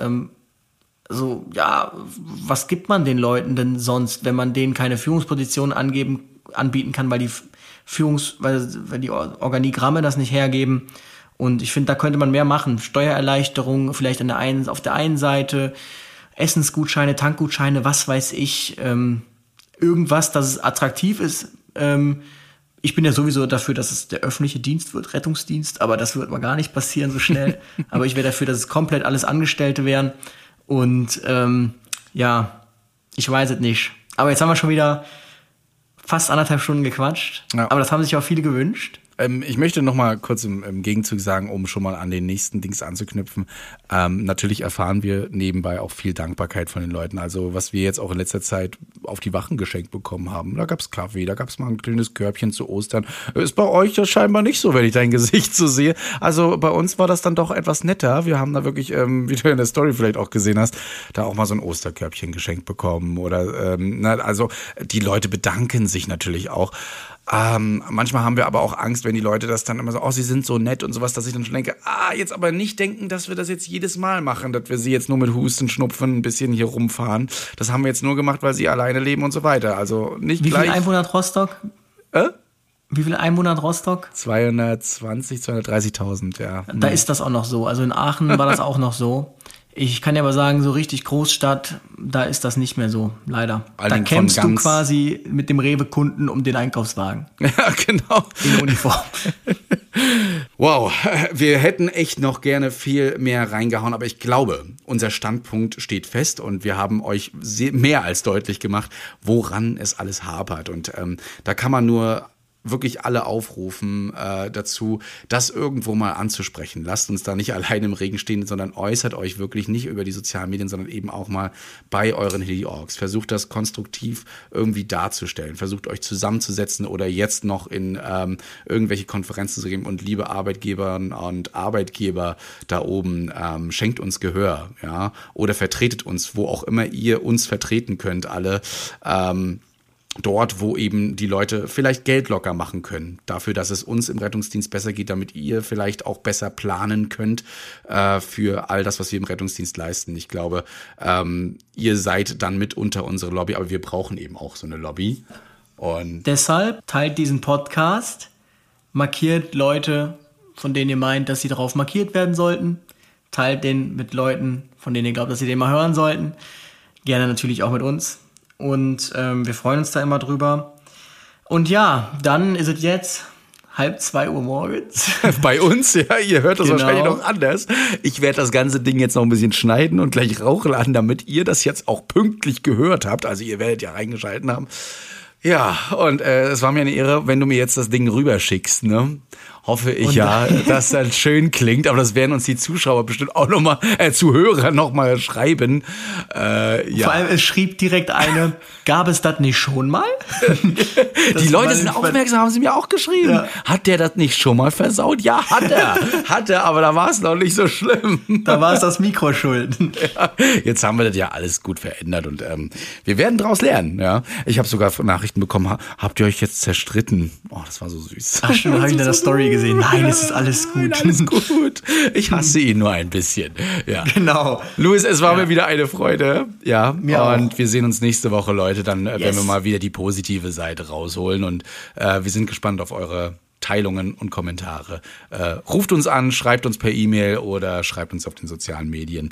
was gibt man den Leuten denn sonst, wenn man denen keine Führungsposition anbieten kann, weil die Organigramme das nicht hergeben. Und ich finde, da könnte man mehr machen. Steuererleichterung vielleicht auf der einen Seite, Essensgutscheine, Tankgutscheine, was weiß ich, irgendwas, dass es attraktiv ist. Ich bin ja sowieso dafür, dass es der öffentliche Dienst wird, Rettungsdienst, aber das wird mal gar nicht passieren so schnell. Aber ich wäre dafür, dass es komplett alles Angestellte wären. Und ich weiß es nicht. Aber jetzt haben wir schon wieder fast 1,5 Stunden gequatscht. Ja. Aber das haben sich auch viele gewünscht. Ich möchte noch mal kurz im Gegenzug sagen, um schon mal an den nächsten Dings anzuknüpfen. Natürlich erfahren wir nebenbei auch viel Dankbarkeit von den Leuten. Also was wir jetzt auch in letzter Zeit auf die Wachen geschenkt bekommen haben. Da gab's Kaffee, da gab's mal ein kleines Körbchen zu Ostern. Ist bei euch das scheinbar nicht so, wenn ich dein Gesicht so sehe. Also bei uns war das dann doch etwas netter. Wir haben da wirklich, wie du in der Story vielleicht auch gesehen hast, da auch mal so ein Osterkörbchen geschenkt bekommen. Oder also die Leute bedanken sich natürlich auch. Manchmal haben wir aber auch Angst, wenn die Leute das dann immer so, sie sind so nett und sowas, dass ich dann schon denke, jetzt aber nicht denken, dass wir das jetzt jedes Mal machen, dass wir sie jetzt nur mit Husten, Schnupfen ein bisschen hier rumfahren. Das haben wir jetzt nur gemacht, weil sie alleine leben und so weiter. Also nicht Wie gleich. Wie viele Einwohner hat Rostock? Wie viele Einwohner hat Rostock? 230.000, ja. Da ist das auch noch so. Also in Aachen war das auch noch so. Ich kann ja aber sagen, so richtig Großstadt, da ist das nicht mehr so, leider. Da kämpfst du quasi mit dem Rewe-Kunden um den Einkaufswagen. Ja, genau. In Uniform. Wow, wir hätten echt noch gerne viel mehr reingehauen, aber ich glaube, unser Standpunkt steht fest und wir haben euch mehr als deutlich gemacht, woran es alles hapert. Und da kann man nur wirklich alle aufrufen dazu, das irgendwo mal anzusprechen. Lasst uns da nicht allein im Regen stehen, sondern äußert euch wirklich nicht über die sozialen Medien, sondern eben auch mal bei euren Heli-Orgs. Versucht das konstruktiv irgendwie darzustellen. Versucht euch zusammenzusetzen oder jetzt noch in irgendwelche Konferenzen zu gehen. Und liebe Arbeitgeberinnen und Arbeitgeber da oben, schenkt uns Gehör, ja, oder vertretet uns, wo auch immer ihr uns vertreten könnt, alle. Dort, wo eben die Leute vielleicht Geld locker machen können, dafür, dass es uns im Rettungsdienst besser geht, damit ihr vielleicht auch besser planen könnt für all das, was wir im Rettungsdienst leisten. Ich glaube, ihr seid dann mitunter unsere Lobby, aber wir brauchen eben auch so eine Lobby. Und deshalb teilt diesen Podcast, markiert Leute, von denen ihr meint, dass sie darauf markiert werden sollten, teilt den mit Leuten, von denen ihr glaubt, dass sie den mal hören sollten. Gerne natürlich auch mit uns. Und wir freuen uns da immer drüber. Und ja, dann ist es jetzt 1:30 Uhr morgens. Bei uns, ja, ihr hört das wahrscheinlich noch anders. Ich werde das ganze Ding jetzt noch ein bisschen schneiden und gleich rauchladen, damit ihr das jetzt auch pünktlich gehört habt. Also ihr werdet ja reingeschalten haben. Ja, und es war mir eine Ehre, wenn du mir jetzt das Ding rüberschickst, ne? Hoffe ich dass das schön klingt, aber das werden uns die Zuschauer bestimmt auch nochmal, Zuhörer nochmal schreiben. Vor allem, es schrieb direkt eine, gab es das nicht schon mal? Die Leute sind aufmerksam, haben sie mir auch geschrieben. Ja. Hat der das nicht schon mal versaut? Ja, hat er, aber da war es noch nicht so schlimm. Da war es das Mikro schuld. Ja, jetzt haben wir das ja alles gut verändert und wir werden daraus lernen. Ja, ich habe sogar Nachrichten bekommen, habt ihr euch jetzt zerstritten? Oh, das war so süß. Ach stimmt, habe ich in der Story gesehen. Nein, es ist alles gut. Nein, alles gut. Ich hasse ihn nur ein bisschen. Ja. Genau. Luis, es war mir wieder eine Freude. Ja, mir und auch. Wir sehen uns nächste Woche, Leute, dann, wenn wir mal wieder die positive Seite rausholen. Und wir sind gespannt auf eure Teilungen und Kommentare. Ruft uns an, schreibt uns per E-Mail oder schreibt uns auf den sozialen Medien.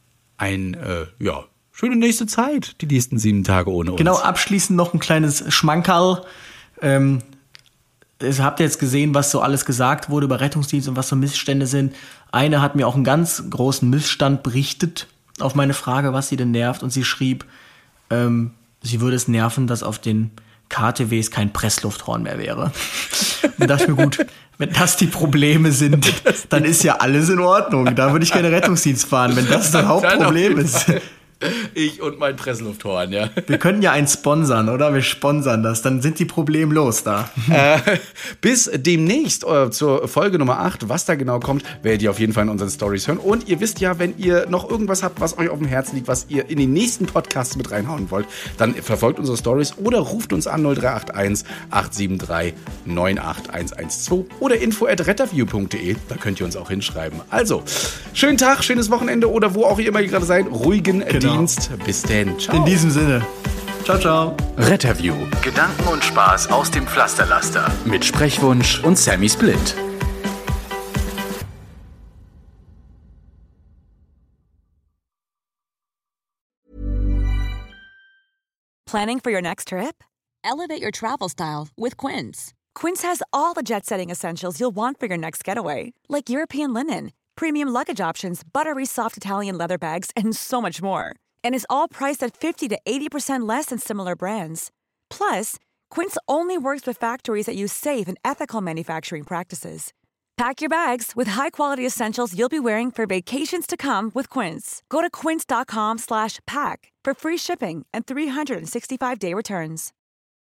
Schöne nächste Zeit, die nächsten 7 Tage ohne uns. Genau, abschließend noch ein kleines Schmankerl. Habt ihr jetzt gesehen, was so alles gesagt wurde über Rettungsdienst und was so Missstände sind? Eine hat mir auch einen ganz großen Missstand berichtet auf meine Frage, was sie denn nervt. Und sie schrieb, sie würde es nerven, dass auf den KTWs kein Presslufthorn mehr wäre. Und dachte mir, gut, wenn das die Probleme sind, dann ist ja alles in Ordnung. Da würde ich gerne Rettungsdienst fahren, wenn das Hauptproblem ist. Ich und mein Presslufthorn, ja. Wir könnten ja einen sponsern, oder? Wir sponsern das, dann sind die Probleme los da. Bis demnächst zur Folge Nummer 8, was da genau kommt, werdet ihr auf jeden Fall in unseren Stories hören. Und ihr wisst ja, wenn ihr noch irgendwas habt, was euch auf dem Herzen liegt, was ihr in den nächsten Podcasts mit reinhauen wollt, dann verfolgt unsere Stories oder ruft uns an 0381 873 98112 oder info@retterview.de, da könnt ihr uns auch hinschreiben. Also, schönen Tag, schönes Wochenende oder wo auch ihr immer gerade seid, ruhigen Dienst. Bis denn. Ciao. In diesem Sinne. Ciao, ciao. Retterview. Gedanken und Spaß aus dem Pflasterlaster. Mit Sprechwunsch und Sammy Split. Planning for your next trip? Elevate your travel style with Quince. Quince has all the jet-setting essentials you'll want for your next getaway, like European linen, premium luggage options, buttery soft Italian leather bags, and so much more. And is all priced at 50 to 80% less than similar brands. Plus, Quince only works with factories that use safe and ethical manufacturing practices. Pack your bags with high-quality essentials you'll be wearing for vacations to come with Quince. Go to quince.com/pack for free shipping and 365-day returns.